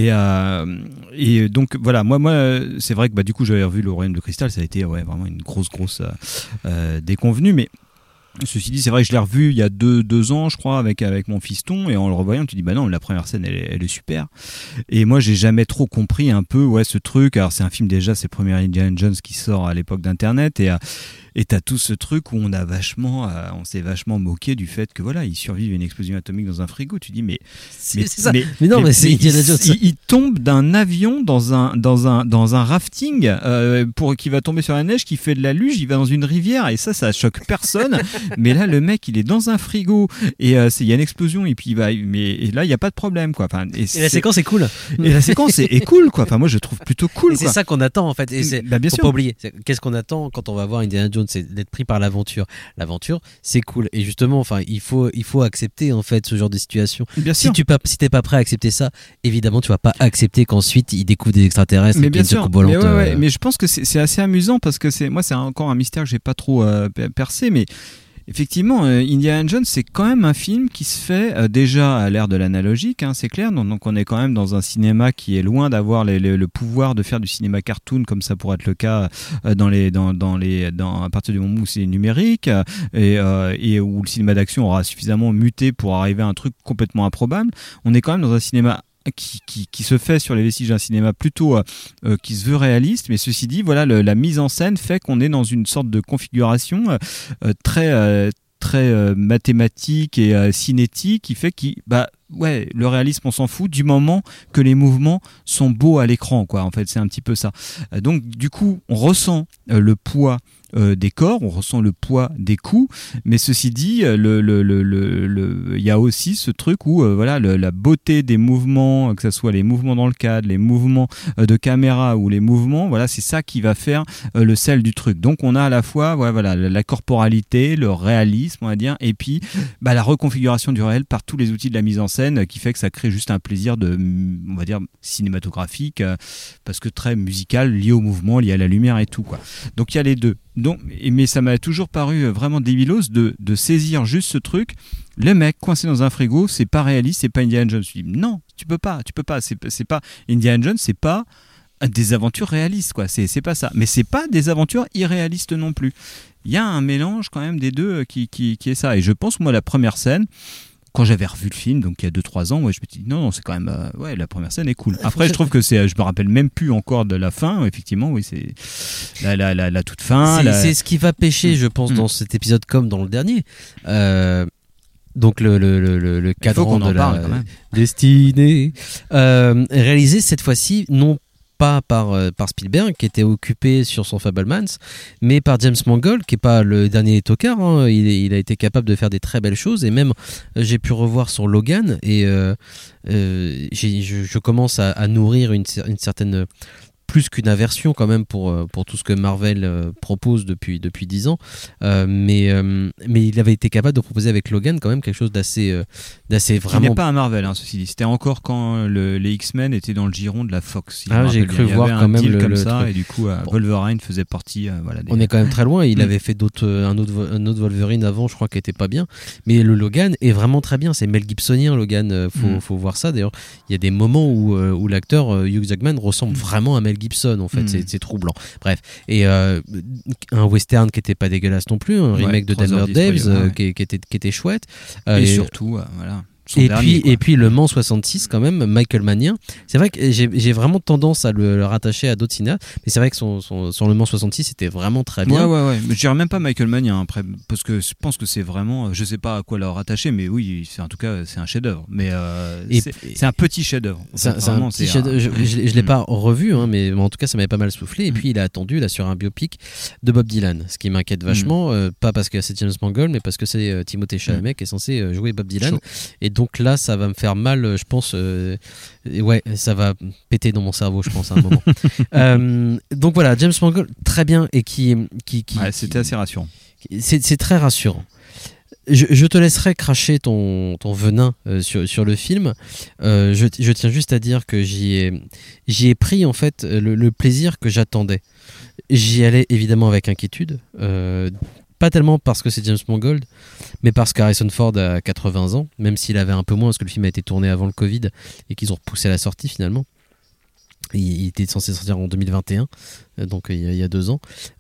Et donc voilà, moi c'est vrai que du coup j'avais revu Le Royaume de Cristal, ça a été vraiment une grosse déconvenue, mais ceci dit, c'est vrai que je l'ai revu il y a deux ans, je crois, avec mon fiston, et en le revoyant, tu dis bah non, la première scène elle est super. Et moi j'ai jamais trop compris un peu ce truc. Alors c'est un film, déjà c'est le premier Indiana Jones qui sort à l'époque d'internet, et t'as tout ce truc où on s'est vachement moqué du fait que voilà, ils survivent à une explosion atomique dans un frigo. Tu dis mais c'est Indiana Jones. Il tombe d'un avion dans un rafting qui va tomber sur la neige, qui fait de la luge, il va dans une rivière, et ça choque personne. Mais là le mec il est dans un frigo, et il y a une explosion, et puis et là il y a pas de problème, quoi. Enfin, et la séquence est cool. Et la séquence est cool, quoi. Enfin moi je trouve plutôt cool, et c'est ça qu'on attend en fait. Et c'est bien faut sûr. pas oublier. Qu'est-ce qu'on attend quand on va voir Indiana Jones? C'est d'être pris par l'aventure. L'aventure, c'est cool. Et justement, enfin, il faut accepter en fait ce genre de situation. Bien sûr. Si t'es pas prêt à accepter ça, évidemment, tu vas pas accepter qu'ensuite ils découvrent des extraterrestres. Mais et bien une sûr. soucoupe volante. Mais je pense que c'est assez amusant, parce que c'est encore un mystère que j'ai pas trop percé, mais effectivement, Indiana Jones, c'est quand même un film qui se fait déjà à l'ère de l'analogique, c'est clair. Donc on est quand même dans un cinéma qui est loin d'avoir le pouvoir de faire du cinéma cartoon comme ça pourrait être le cas à partir du moment où c'est numérique, et où le cinéma d'action aura suffisamment muté pour arriver à un truc complètement improbable. On est quand même dans un cinéma qui se fait sur les vestiges d'un cinéma plutôt qui se veut réaliste, mais ceci dit, voilà, la mise en scène fait qu'on est dans une sorte de configuration très mathématique et cinétique, qui fait le réalisme on s'en fout du moment que les mouvements sont beaux à l'écran, quoi. En fait c'est un petit peu ça. Donc du coup on ressent le poids des corps, on ressent le poids des coups, mais ceci dit, il y a aussi ce truc où la beauté des mouvements, que ce soit les mouvements dans le cadre, les mouvements de caméra ou les mouvements, voilà, c'est ça qui va faire le sel du truc. Donc on a à la fois la corporalité, le réalisme, on va dire, et puis la reconfiguration du réel par tous les outils de la mise en scène, qui fait que ça crée juste un plaisir on va dire cinématographique, parce que très musical, lié au mouvement, lié à la lumière et tout, quoi. Donc il y a les deux. Mais ça m'a toujours paru vraiment débilos de saisir juste ce truc. Le mec coincé dans un frigo, c'est pas réaliste, c'est pas Indiana Jones. Je dis non, tu peux pas, c'est pas Indiana Jones, c'est pas des aventures réalistes, quoi. C'est pas ça. Mais c'est pas des aventures irréalistes non plus. Il y a un mélange quand même des deux qui est ça. Et je pense que moi la première scène, quand j'avais revu le film, donc il y a 2-3 ans, je me dis non, c'est quand même la première scène est cool. Après je trouve que je me rappelle même plus encore de la fin. Effectivement, oui, c'est la toute fin. C'est ce qui va pêcher, je pense, dans cet épisode comme dans le dernier. Donc le cadran de la destinée, réalisé cette fois-ci non pas par Spielberg, qui était occupé sur son Fabelmans, mais par James Mangold, qui est pas le dernier tocard, il a été capable de faire des très belles choses, et même j'ai pu revoir son Logan, et je commence à nourrir une certaine plus qu'une aversion quand même pour tout ce que Marvel propose depuis 10 ans, mais il avait été capable de proposer avec Logan quand même quelque chose d'assez vraiment... Il n'est pas un Marvel, hein, ceci dit. C'était encore quand les X-Men étaient dans le giron de la Fox. J'ai cru voir quand même le ça, truc. et du coup Wolverine faisait partie. On est quand même très loin. Il avait fait un autre Wolverine avant, je crois, qui était pas bien. Mais le Logan est vraiment très bien. C'est Mel Gibsonien, Logan. Faut voir ça. D'ailleurs, il y a des moments où l'acteur Hugh Jackman ressemble vraiment à Mel Gibson. En fait, c'est troublant. Bref, et un western qui était pas dégueulasse non plus, un remake de Denver Daves qui était chouette. Et surtout, voilà. Et puis Le Mans 66 quand même, Michael Mann. C'est vrai que j'ai vraiment tendance à le rattacher à d'autres cinéastes, mais c'est vrai que son Le Mans 66 c'était vraiment très bien. Ouais. Mais je dirais même pas Michael Mann après, parce que je pense que c'est vraiment, je sais pas à quoi le rattacher, mais oui, en tout cas c'est un chef-d'œuvre. Mais c'est un petit chef-d'œuvre. C'est un petit chef-d'œuvre. Je l'ai pas revu, hein, mais en tout cas ça m'avait pas mal soufflé. Et puis il a attendu là sur un biopic de Bob Dylan, ce qui m'inquiète vachement, pas parce que c'est James Mangold, mais parce que c'est Timothée Chalamet qui est censé jouer Bob Dylan. Et donc là, ça va me faire mal, je pense. Ça va péter dans mon cerveau, je pense, à un moment. Donc voilà, James Mangold, très bien, et qui c'était assez rassurant. C'est très rassurant. Je te laisserai cracher ton venin sur le film. Je tiens juste à dire que j'y ai pris en fait le plaisir que j'attendais. J'y allais évidemment avec inquiétude. Pas tellement parce que c'est James Mangold, mais parce qu'Harrison Ford a 80 ans, même s'il avait un peu moins, parce que le film a été tourné avant le Covid et qu'ils ont repoussé la sortie finalement. Il était censé sortir en 2021, donc il y a 2 ans.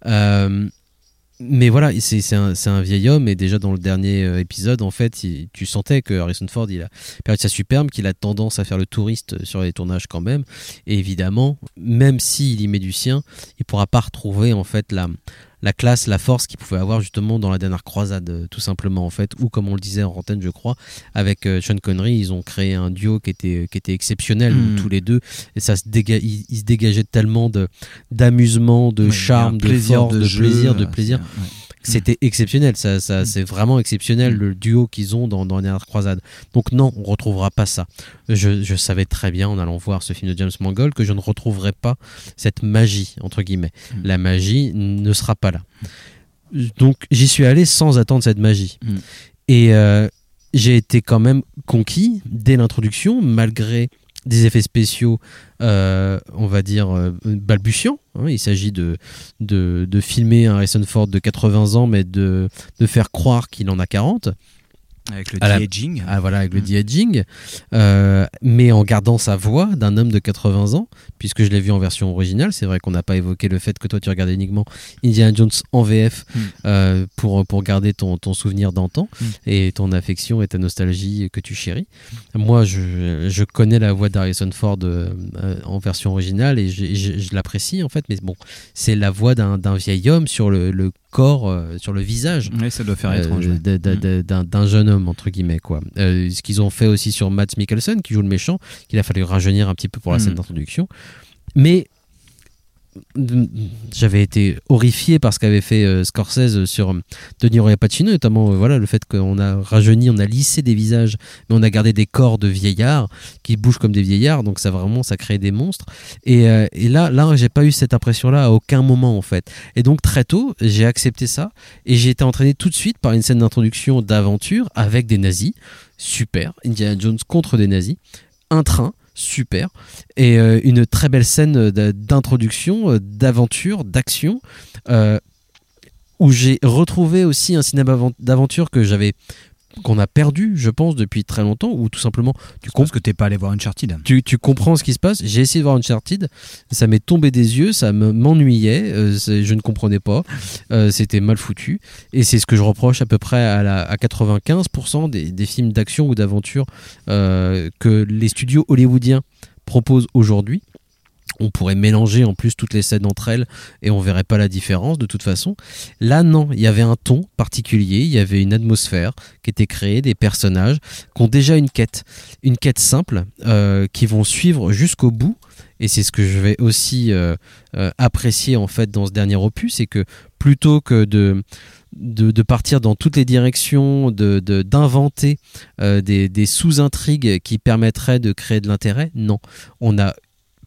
Mais voilà, c'est un vieil homme, et déjà dans le dernier épisode, en fait, tu sentais que Harrison Ford, il a perdu sa superbe, qu'il a tendance à faire le touriste sur les tournages quand même. Et évidemment, même s'il y met du sien, il pourra pas retrouver en fait la classe, la force qu'il pouvait avoir justement dans la dernière croisade, tout simplement en fait, ou comme on le disait en antenne, je crois, avec Sean Connery, ils ont créé un duo qui était exceptionnel, tous les deux, et ça ils se dégageaient tellement d'amusement, de charme, de force, de plaisir. C'était exceptionnel, ça c'est vraiment exceptionnel, le duo qu'ils ont dans la dernière croisade. Donc non, on retrouvera pas ça. Je savais très bien en allant voir ce film de James Mangold que je ne retrouverai pas cette magie entre guillemets. La magie ne sera pas là. Donc j'y suis allé sans attendre cette magie. Et j'ai été quand même conquis dès l'introduction, malgré des effets spéciaux, on va dire, balbutiants. Il s'agit de filmer un Harrison Ford de 80 ans, mais de faire croire qu'il en a 40. Avec le de-aging. Avec le de-aging. Mais en gardant sa voix d'un homme de 80 ans, puisque je l'ai vu en version originale. C'est vrai qu'on n'a pas évoqué le fait que toi, tu regardais uniquement Indiana Jones en VF pour garder ton souvenir d'antan et ton affection et ta nostalgie que tu chéris. Moi, je connais la voix d'Harrison Ford en version originale et je l'apprécie, en fait. Mais bon, c'est la voix d'un vieil homme sur le corps, sur le visage. Oui, ça doit faire étrange. D'un jeune homme, entre guillemets, quoi. Ce qu'ils ont fait aussi sur Mads Mikkelsen, qui joue le méchant, qu'il a fallu rajeunir un petit peu pour la scène d'introduction. Mais j'avais été horrifié par ce qu'avait fait Scorsese sur De Niro et Pacino, notamment le fait qu'on a rajeuni, on a lissé des visages, mais on a gardé des corps de vieillards qui bougent comme des vieillards, donc ça crée des monstres. Et là j'ai pas eu cette impression-là à aucun moment, en fait. Et donc très tôt, j'ai accepté ça et j'ai été entraîné tout de suite par une scène d'introduction d'aventure avec des nazis. Super, Indiana Jones contre des nazis, un train, super, et une très belle scène d'introduction, d'aventure, d'action, où j'ai retrouvé aussi un cinéma d'aventure qu'on a perdu, je pense, depuis très longtemps, ou tout simplement parce que t'es pas allé voir Uncharted. Tu comprends ce qui se passe. J'ai essayé de voir Uncharted, ça m'est tombé des yeux, ça m'ennuyait, je ne comprenais pas, c'était mal foutu, et c'est ce que je reproche à peu près à 95% des films d'action ou d'aventure que les studios hollywoodiens proposent aujourd'hui. On pourrait mélanger en plus toutes les scènes entre elles et on verrait pas la différence de toute façon. Là non, il y avait un ton particulier, il y avait une atmosphère qui était créée, des personnages qui ont déjà une quête simple, qui vont suivre jusqu'au bout. Et c'est ce que je vais aussi apprécier en fait dans ce dernier opus, c'est que plutôt que de partir dans toutes les directions, d'inventer des sous-intrigues qui permettraient de créer de l'intérêt, non, on a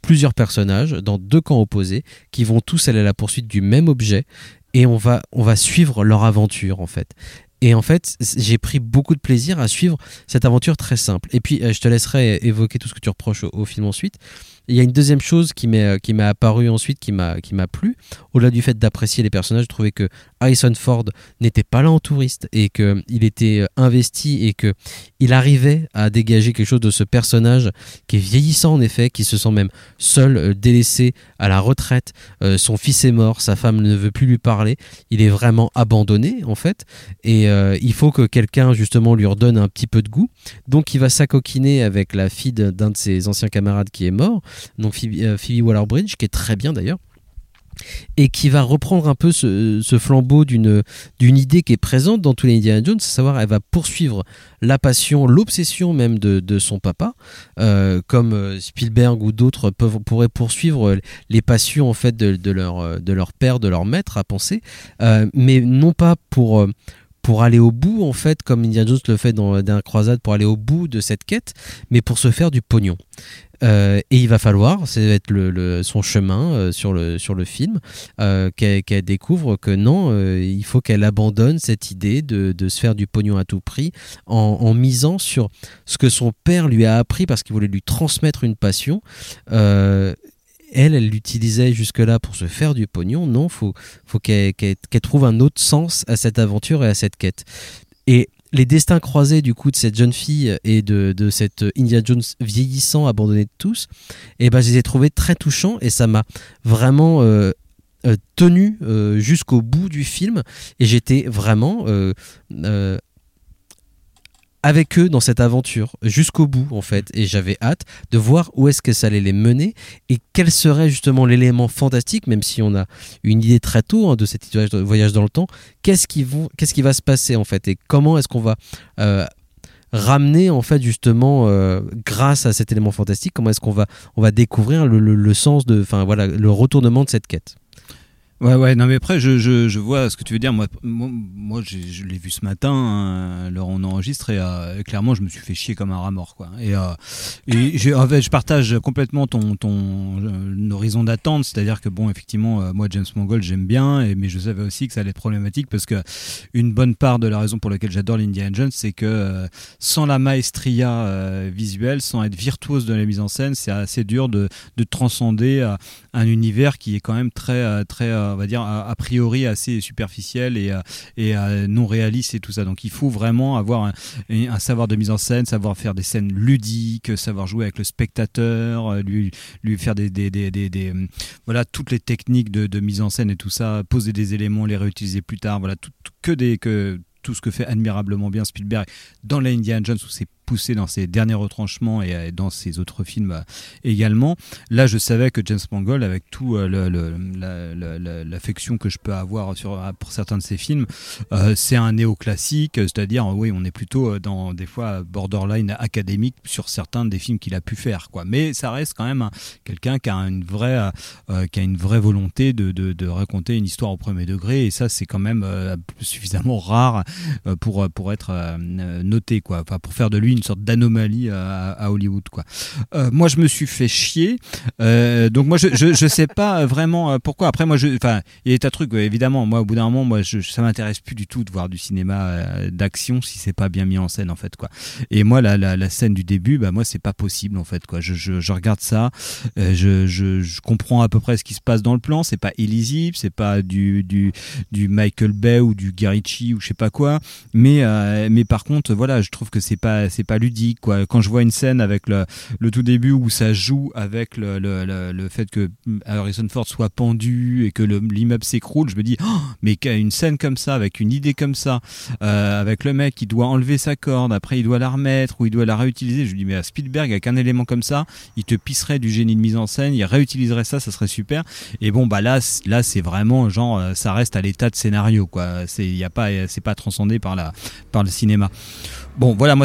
plusieurs personnages dans 2 camps opposés qui vont tous aller à la poursuite du même objet et on va suivre leur aventure en fait. Et en fait, j'ai pris beaucoup de plaisir à suivre cette aventure très simple. Et puis, je te laisserai évoquer tout ce que tu reproches au film ensuite. Il y a une deuxième chose qui m'est apparue ensuite, qui m'a plu. Au-delà du fait d'apprécier les personnages, je trouvais que Harrison Ford n'était pas là en touriste et qu'il était investi et qu'il arrivait à dégager quelque chose de ce personnage qui est vieillissant en effet, qui se sent même seul, délaissé à la retraite. Son fils est mort, sa femme ne veut plus lui parler. Il est vraiment abandonné en fait. Et il faut que quelqu'un justement lui redonne un petit peu de goût. Donc il va s'acoquiner avec la fille d'un de ses anciens camarades qui est mort. Donc Phoebe Waller-Bridge, qui est très bien d'ailleurs, et qui va reprendre un peu ce flambeau d'une idée qui est présente dans tous les Indiana Jones, à savoir elle va poursuivre la passion, l'obsession même de son papa, comme Spielberg ou d'autres pourraient poursuivre les passions en fait de leur père, de leur maître à penser, mais non pas pour aller au bout en fait comme Indiana Jones le fait dans la Croisade, pour aller au bout de cette quête, mais pour se faire du pognon. Et il va falloir, ça va être son chemin sur le film, qu'elle découvre que non, il faut qu'elle abandonne cette idée de se faire du pognon à tout prix en misant sur ce que son père lui a appris parce qu'il voulait lui transmettre une passion. Elle l'utilisait jusque-là pour se faire du pognon. Non, faut qu'elle trouve un autre sens à cette aventure et à cette quête. Et les destins croisés du coup de cette jeune fille et de cette Indiana Jones vieillissant, abandonné de tous, et ben je les ai trouvés très touchants et ça m'a vraiment tenu jusqu'au bout du film et j'étais vraiment avec eux dans cette aventure jusqu'au bout en fait, et j'avais hâte de voir où est-ce que ça allait les mener et quel serait justement l'élément fantastique, même si on a une idée très tôt de cet voyage dans le temps. Qu'est-ce qui va se passer en fait et comment est-ce qu'on va ramener en fait justement grâce à cet élément fantastique, comment est-ce qu'on va découvrir le sens de, enfin voilà, le retournement de cette quête. Ouais, non mais après je vois ce que tu veux dire. Moi je l'ai vu ce matin, alors on enregistre et clairement je me suis fait chier comme un rat mort quoi. Et je partage complètement ton horizon d'attente, c'est-à-dire que bon effectivement moi James Mangold j'aime bien, mais je savais aussi que ça allait être problématique parce que une bonne part de la raison pour laquelle j'adore l'Indiana Jones, c'est que sans la maestria visuelle, sans être virtuose de la mise en scène, c'est assez dur de transcender un univers qui est quand même très on va dire a priori assez superficiel et non réaliste et tout ça. Donc il faut vraiment avoir un savoir de mise en scène, savoir faire des scènes ludiques, savoir jouer avec le spectateur, lui faire des voilà toutes les techniques de mise en scène et tout ça, poser des éléments, les réutiliser plus tard, voilà tout ce que fait admirablement bien Spielberg dans la Indiana Jones, où c'est poussé dans ses derniers retranchements et dans ses autres films également. Là, je savais que James Mangold, avec tout l'affection que je peux avoir pour certains de ses films, c'est un néoclassique, c'est-à-dire oui, on est plutôt dans des fois borderline académique sur certains des films qu'il a pu faire, quoi. Mais ça reste quand même quelqu'un qui a une vraie volonté de raconter une histoire au premier degré, et ça c'est quand même suffisamment rare pour être noté, quoi. Enfin, pour faire de lui une sorte d'anomalie à Hollywood, quoi. Moi je me suis fait chier, donc moi je sais pas vraiment pourquoi. Après moi il y a des tas de trucs, évidemment. Moi au bout d'un moment ça m'intéresse plus du tout de voir du cinéma d'action si c'est pas bien mis en scène en fait, quoi. Et moi la scène du début, moi c'est pas possible en fait, quoi. Je regarde ça, je comprends à peu près ce qui se passe dans le plan, c'est pas illisible, c'est pas du Michael Bay ou du Guy Ritchie ou je sais pas quoi, mais par contre voilà, je trouve que c'est pas ludique, quoi. Quand je vois une scène avec le tout début où ça joue avec le fait que Harrison Ford soit pendu et que l'immeuble s'écroule, je me dis mais une scène comme ça, avec une idée comme ça, avec le mec qui doit enlever sa corde, après il doit la remettre ou il doit la réutiliser, je me dis mais à Spielberg avec un élément comme ça, il te pisserait du génie de mise en scène, il réutiliserait ça serait super. Et bon là c'est vraiment genre ça reste à l'état de scénario, quoi. C'est pas transcendé par le cinéma. Bon voilà, moi ça m'intéresse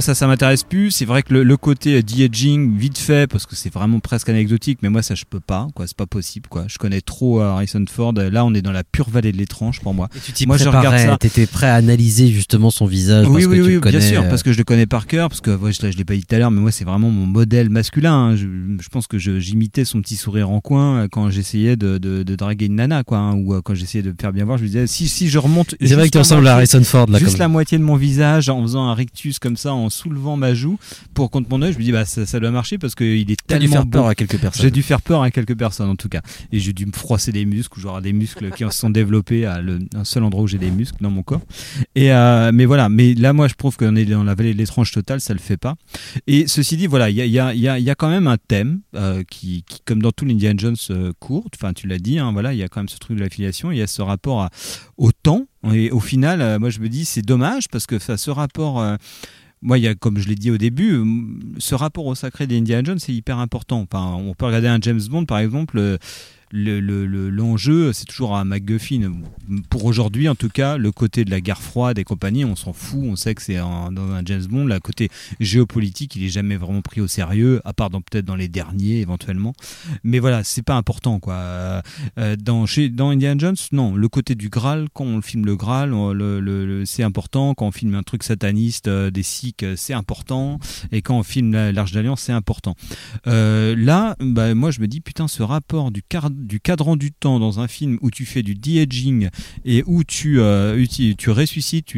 m'intéresse plus. C'est vrai que le côté de-aging, vite fait, parce que c'est vraiment presque anecdotique, mais moi ça je peux pas, quoi. C'est pas possible, quoi. Je connais trop Harrison Ford. Là, on est dans la pure vallée de l'étrange pour moi. Et tu t'y moi, préparais, je regarde ça. T'étais prêt à analyser justement son visage. Oui, parce que tu le connais, bien sûr, parce que je le connais par cœur, parce que je l'ai pas dit tout à l'heure, mais moi c'est vraiment mon modèle masculin. Hein. Je pense que j'imitais son petit sourire en coin quand j'essayais de draguer une nana, quoi, hein, ou quand j'essayais de me faire bien voir, je lui disais si je remonte. C'est vrai que tu ressembles à Harrison Ford là. Juste la moitié de mon visage en faisant un rictus comme ça, en soulevant ma joue pour contre mon œil, je me dis ça doit marcher parce qu'il est tellement dû faire peur beau. à quelques personnes. J'ai dû faire peur à quelques personnes en tout cas, et j'ai dû me froisser les muscles, ou j'aurai des muscles qui se sont développés à un seul endroit où j'ai des muscles dans mon corps. Et mais voilà, mais là moi je trouve qu'on est dans la vallée de l'étrange totale, ça le fait pas. Et ceci dit, voilà, il y a quand même un thème qui comme dans tout l'Indiana Jones court, enfin tu l'as dit, hein, voilà, il y a quand même ce truc de l'affiliation, il y a ce rapport au temps, et au final, moi je me dis c'est dommage parce que ce rapport moi, il y a, comme je l'ai dit au début, ce rapport au sacré d'Indiana Jones, c'est hyper important. Enfin, on peut regarder un James Bond, par exemple. L'enjeu, c'est toujours un MacGuffin. Pour aujourd'hui, en tout cas, le côté de la guerre froide et compagnie, on s'en fout. On sait que c'est dans un James Bond. Le côté géopolitique, il est jamais vraiment pris au sérieux, à part peut-être dans les derniers, éventuellement. Mais voilà, c'est pas important, quoi. Dans Indiana Jones, non. Le côté du Graal, quand on filme le Graal, c'est important. Quand on filme un truc sataniste, des Sikhs, c'est important. Et quand on filme l'Arche d'Alliance, c'est important. Là, moi, je me dis, putain, ce rapport du cadran du temps dans un film où tu fais du de-aging et où tu ressuscites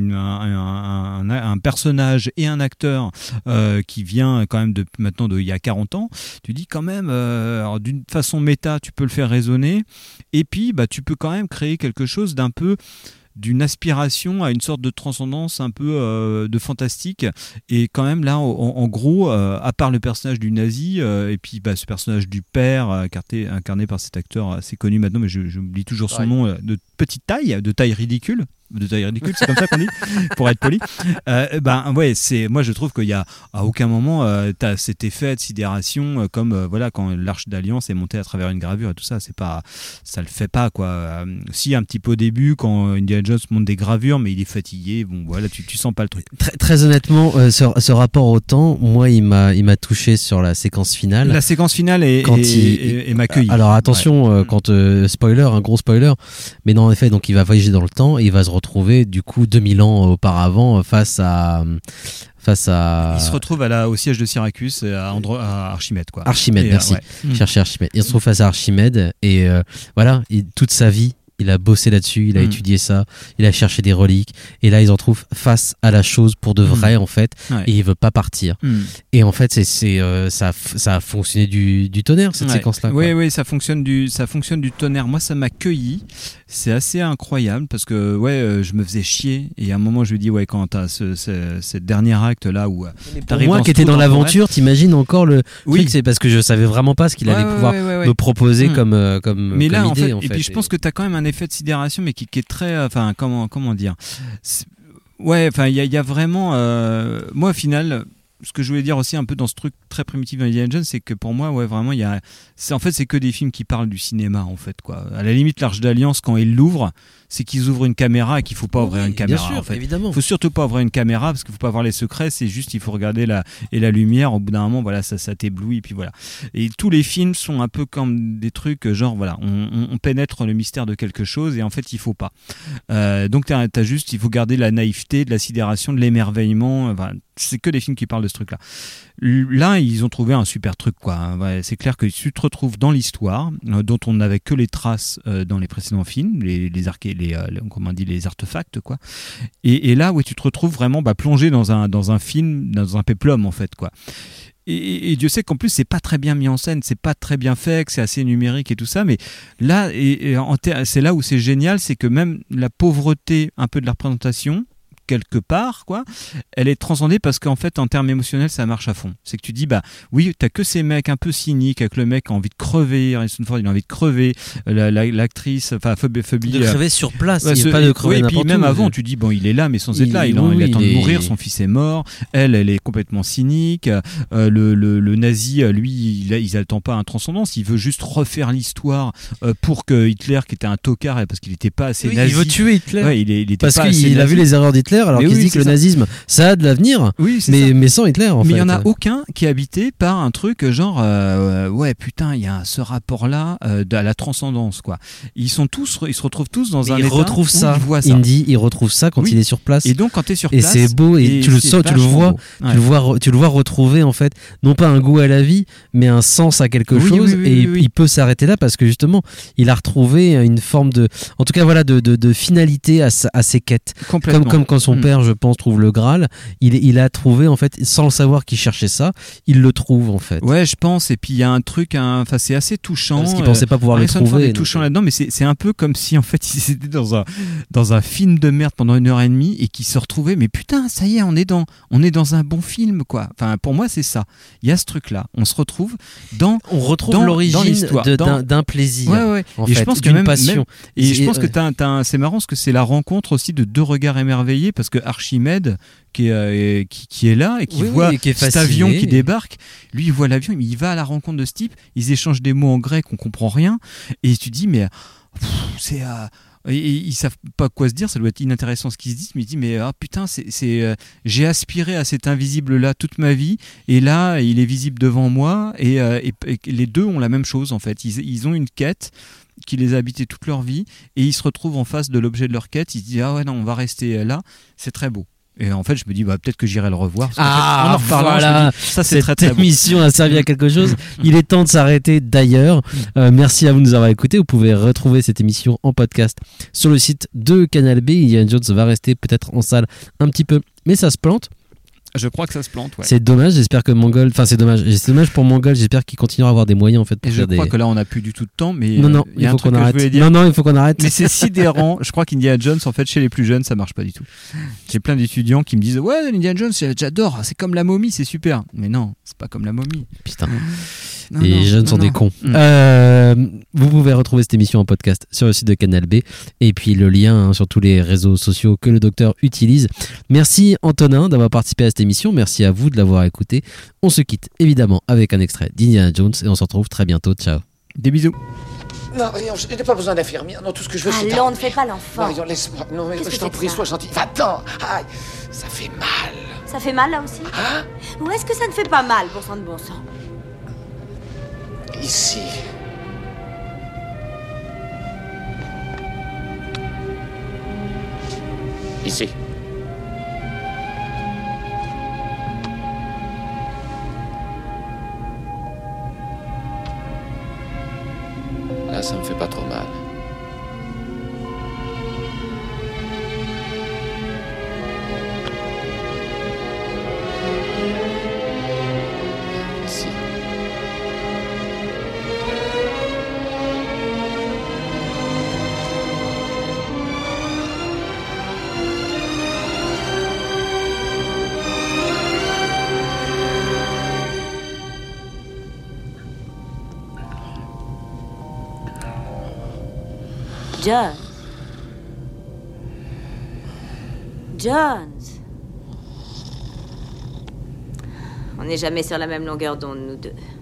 un personnage et un acteur qui vient quand même maintenant il y a 40 ans, tu dis quand même, alors d'une façon méta, tu peux le faire résonner, et puis tu peux quand même créer quelque chose d'un peu d'une aspiration à une sorte de transcendance un peu de fantastique. Et quand même là en gros à part le personnage du nazi et puis ce personnage du père incarné par cet acteur assez connu maintenant, mais j'oublie toujours son nom, de petite taille, de taille ridicule, c'est comme ça qu'on dit pour être poli. Ouais, moi je trouve qu'il y a à aucun moment t'as cet effet de sidération comme voilà, quand l'Arche d'Alliance est montée à travers une gravure et tout ça, ça le fait pas, quoi. Si, un petit peu au début quand Indiana Jones monte des gravures, mais il est fatigué, bon voilà, tu sens pas le truc. Très honnêtement, ce rapport au temps, moi il m'a touché sur la séquence finale. La séquence finale est m'accueille. Alors attention, quand spoiler, un gros spoiler, mais non, en effet, donc il va voyager dans le temps et il va se retrouver du coup 2000 ans auparavant face à il se retrouve au siège de Syracuse à Archimède, quoi. Archimède, merci. Chercher Archimède. Il se trouve face à Archimède et voilà, toute sa vie il a bossé là-dessus, il a étudié ça, il a cherché des reliques, et là ils en trouvent face à la chose pour de vrai, en fait, et il veut pas partir. Et en fait ça a fonctionné du tonnerre, cette séquence-là. Oui, ça fonctionne du tonnerre. Moi ça m'a cueilli, c'est assez incroyable parce que je me faisais chier, et à un moment je me dis quand t'as ce dernier acte là où pour moi qui était dans l'aventure, t'imagines encore le truc, c'est parce que je savais vraiment pas ce qu'il allait pouvoir me proposer comme mais là idée, en fait, et puis je pense que t'as quand même un effet de sidération, mais qui est très, enfin comment dire, il y a vraiment moi au final, ce que je voulais dire aussi un peu dans ce truc très primitif d'Indiana Jones, c'est que pour moi vraiment c'est que des films qui parlent du cinéma, en fait, quoi. À la limite, l'Arche d'Alliance, quand ils l'ouvrent, c'est qu'ils ouvrent une caméra et qu'il faut pas ouvrir une caméra. Bien sûr, en fait. Évidemment. Faut surtout pas ouvrir une caméra parce qu'il faut pas voir les secrets. C'est juste, il faut regarder la lumière. Au bout d'un moment, voilà, ça t'éblouit, et puis voilà. Et tous les films sont un peu comme des trucs genre voilà, on pénètre le mystère de quelque chose et en fait il faut pas. Donc t'as juste, il faut garder la naïveté, de la sidération, de l'émerveillement. C'est que des films qui parlent de ce truc-là. Là, ils ont trouvé un super truc, quoi. C'est clair que tu te retrouves dans l'histoire dont on n'avait que les traces dans les précédents films, les artefacts, quoi. Et là, tu te retrouves vraiment plongé dans un film, dans un péplum, en fait, quoi. Et Dieu sait qu'en plus c'est pas très bien mis en scène, c'est pas très bien fait, que c'est assez numérique et tout ça, mais là, c'est là où c'est génial, c'est que même la pauvreté un peu de la représentation, quelque part, quoi, elle est transcendée parce qu'en fait, en termes émotionnels, ça marche à fond. C'est que tu dis, oui, t'as que ces mecs un peu cyniques, avec le mec qui a envie de crever, Harrison Ford, il a envie de crever, l'actrice, Phoebe. De crever sur place, il n'y a pas de crever n'importe où. Et puis même avant, tu dis, il est là, mais sans être là, il attend de mourir, son fils est mort, elle est complètement cynique, le nazi, lui, il n'attend pas un transcendance, il veut juste refaire l'histoire pour que Hitler, qui était un tocard, parce qu'il n'était pas assez nazi. Il veut tuer Hitler. Ouais, il était parce pas qu'il a vu les erreurs d'Hitler. Hitler alors Mais qu'il oui, dit que c'est le ça. nazisme ça a de l'avenir, Oui, c'est ça. mais sans Hitler en fait. Mais il n'y en a aucun qui est habité par un truc genre ouais putain il y a ce rapport là à la transcendance quoi. Ils se retrouvent tous dans un il état retrouve où ça. ils voient ça. Indy, il retrouve ça quand Oui. il est sur place. Et donc quand tu es sur Et place c'est beau et tu le c'est sens, tu le vachement vois, beau. Ouais. tu le vois retrouver en fait non pas un goût à la vie mais un sens à quelque Oui, chose oui, oui, et oui. il peut s'arrêter là parce que justement il a retrouvé une forme de en tout cas voilà de finalité à ses quêtes Complètement. comme quand son père je pense trouve le Graal, il a trouvé en fait sans le savoir qu'il cherchait ça, il le trouve en fait. Ouais, je pense. Et puis il y a un truc, enfin c'est assez touchant. Parce qu'il pensait pas pouvoir le Harrison Ford trouver. est touchant là-dedans, mais c'est un peu comme si en fait ils étaient dans un film de merde pendant 1h30 et qu'ils se retrouvaient. Mais putain, ça y est, on est dans un bon film quoi. Enfin pour moi c'est ça. Il y a ce truc là. On se retrouve dans l'origine l'histoire, d'un plaisir. Ouais. En Et fait, je pense que d'une passion. Et je pense que c'est marrant parce que c'est la rencontre aussi de deux regards émerveillés parce que Archimède qui est là et qui voit et qui est cet fasciné. avion qui débarque, lui il voit l'avion, il va à la rencontre de ce type, ils échangent des mots en grec, on comprend rien et tu dis mais c'est et ils savent pas quoi se dire, ça doit être inintéressant ce qu'ils se disent, mais il dit mais putain j'ai aspiré à cet invisible là toute ma vie et là il est visible devant moi et les deux ont la même chose en fait, ils ont une quête qui les a habités toute leur vie et ils se retrouvent en face de l'objet de leur quête, ils se disent ah ouais non on va rester là, c'est très beau. Et en fait, je me dis peut-être que j'irai le revoir. Parce qu'en fait, en reparlant, voilà, je me dis, ça c'est très très cette beau. émission a servi à quelque chose. Il est temps de s'arrêter d'ailleurs. Merci à vous de nous avoir écoutés. Vous pouvez retrouver cette émission en podcast sur le site de Canal B. Indiana Jones va rester peut-être en salle un petit peu, mais ça se plante. Je crois que ça se plante. Ouais. C'est dommage. J'espère que Mongol, enfin c'est dommage pour Mongol. J'espère qu'il continuera à avoir des moyens en fait. Pour et je crois que là on n'a plus du tout de temps, mais non, il faut qu'on arrête. Non, il faut qu'on arrête. Mais c'est sidérant. Je crois qu'Indiana Jones, en fait, chez les plus jeunes, ça marche pas du tout. J'ai plein d'étudiants qui me disent ouais, Indiana Jones, j'adore, c'est comme la momie, c'est super. Mais non, c'est pas comme la momie. Putain. Les jeunes sont des cons. Vous pouvez retrouver cette émission en podcast sur le site de Canal B et puis le lien sur tous les réseaux sociaux que le docteur utilise. Merci Antonin d'avoir participé à cette émission. Merci à vous de l'avoir écouté. On se quitte évidemment avec un extrait d'Indiana Jones et on se retrouve très bientôt. Ciao. Des bisous. Non, Marion, je n'ai pas besoin d'infirmière. Non, tout ce que je veux, c'est... Allons, ne fais pas l'enfant. Marion, laisse-moi. Non, mais Qu'est-ce je que t'en c'est que prie, ça sois gentil. Va-t'en. Aïe, ça fait mal. Ça fait mal là aussi? Hein? Ou est-ce que ça ne fait pas mal, bon sang de bon sang? Ici. Ici. Là, ça me fait pas trop mal. Ici. Jones. On n'est jamais sur la même longueur d'onde, nous deux.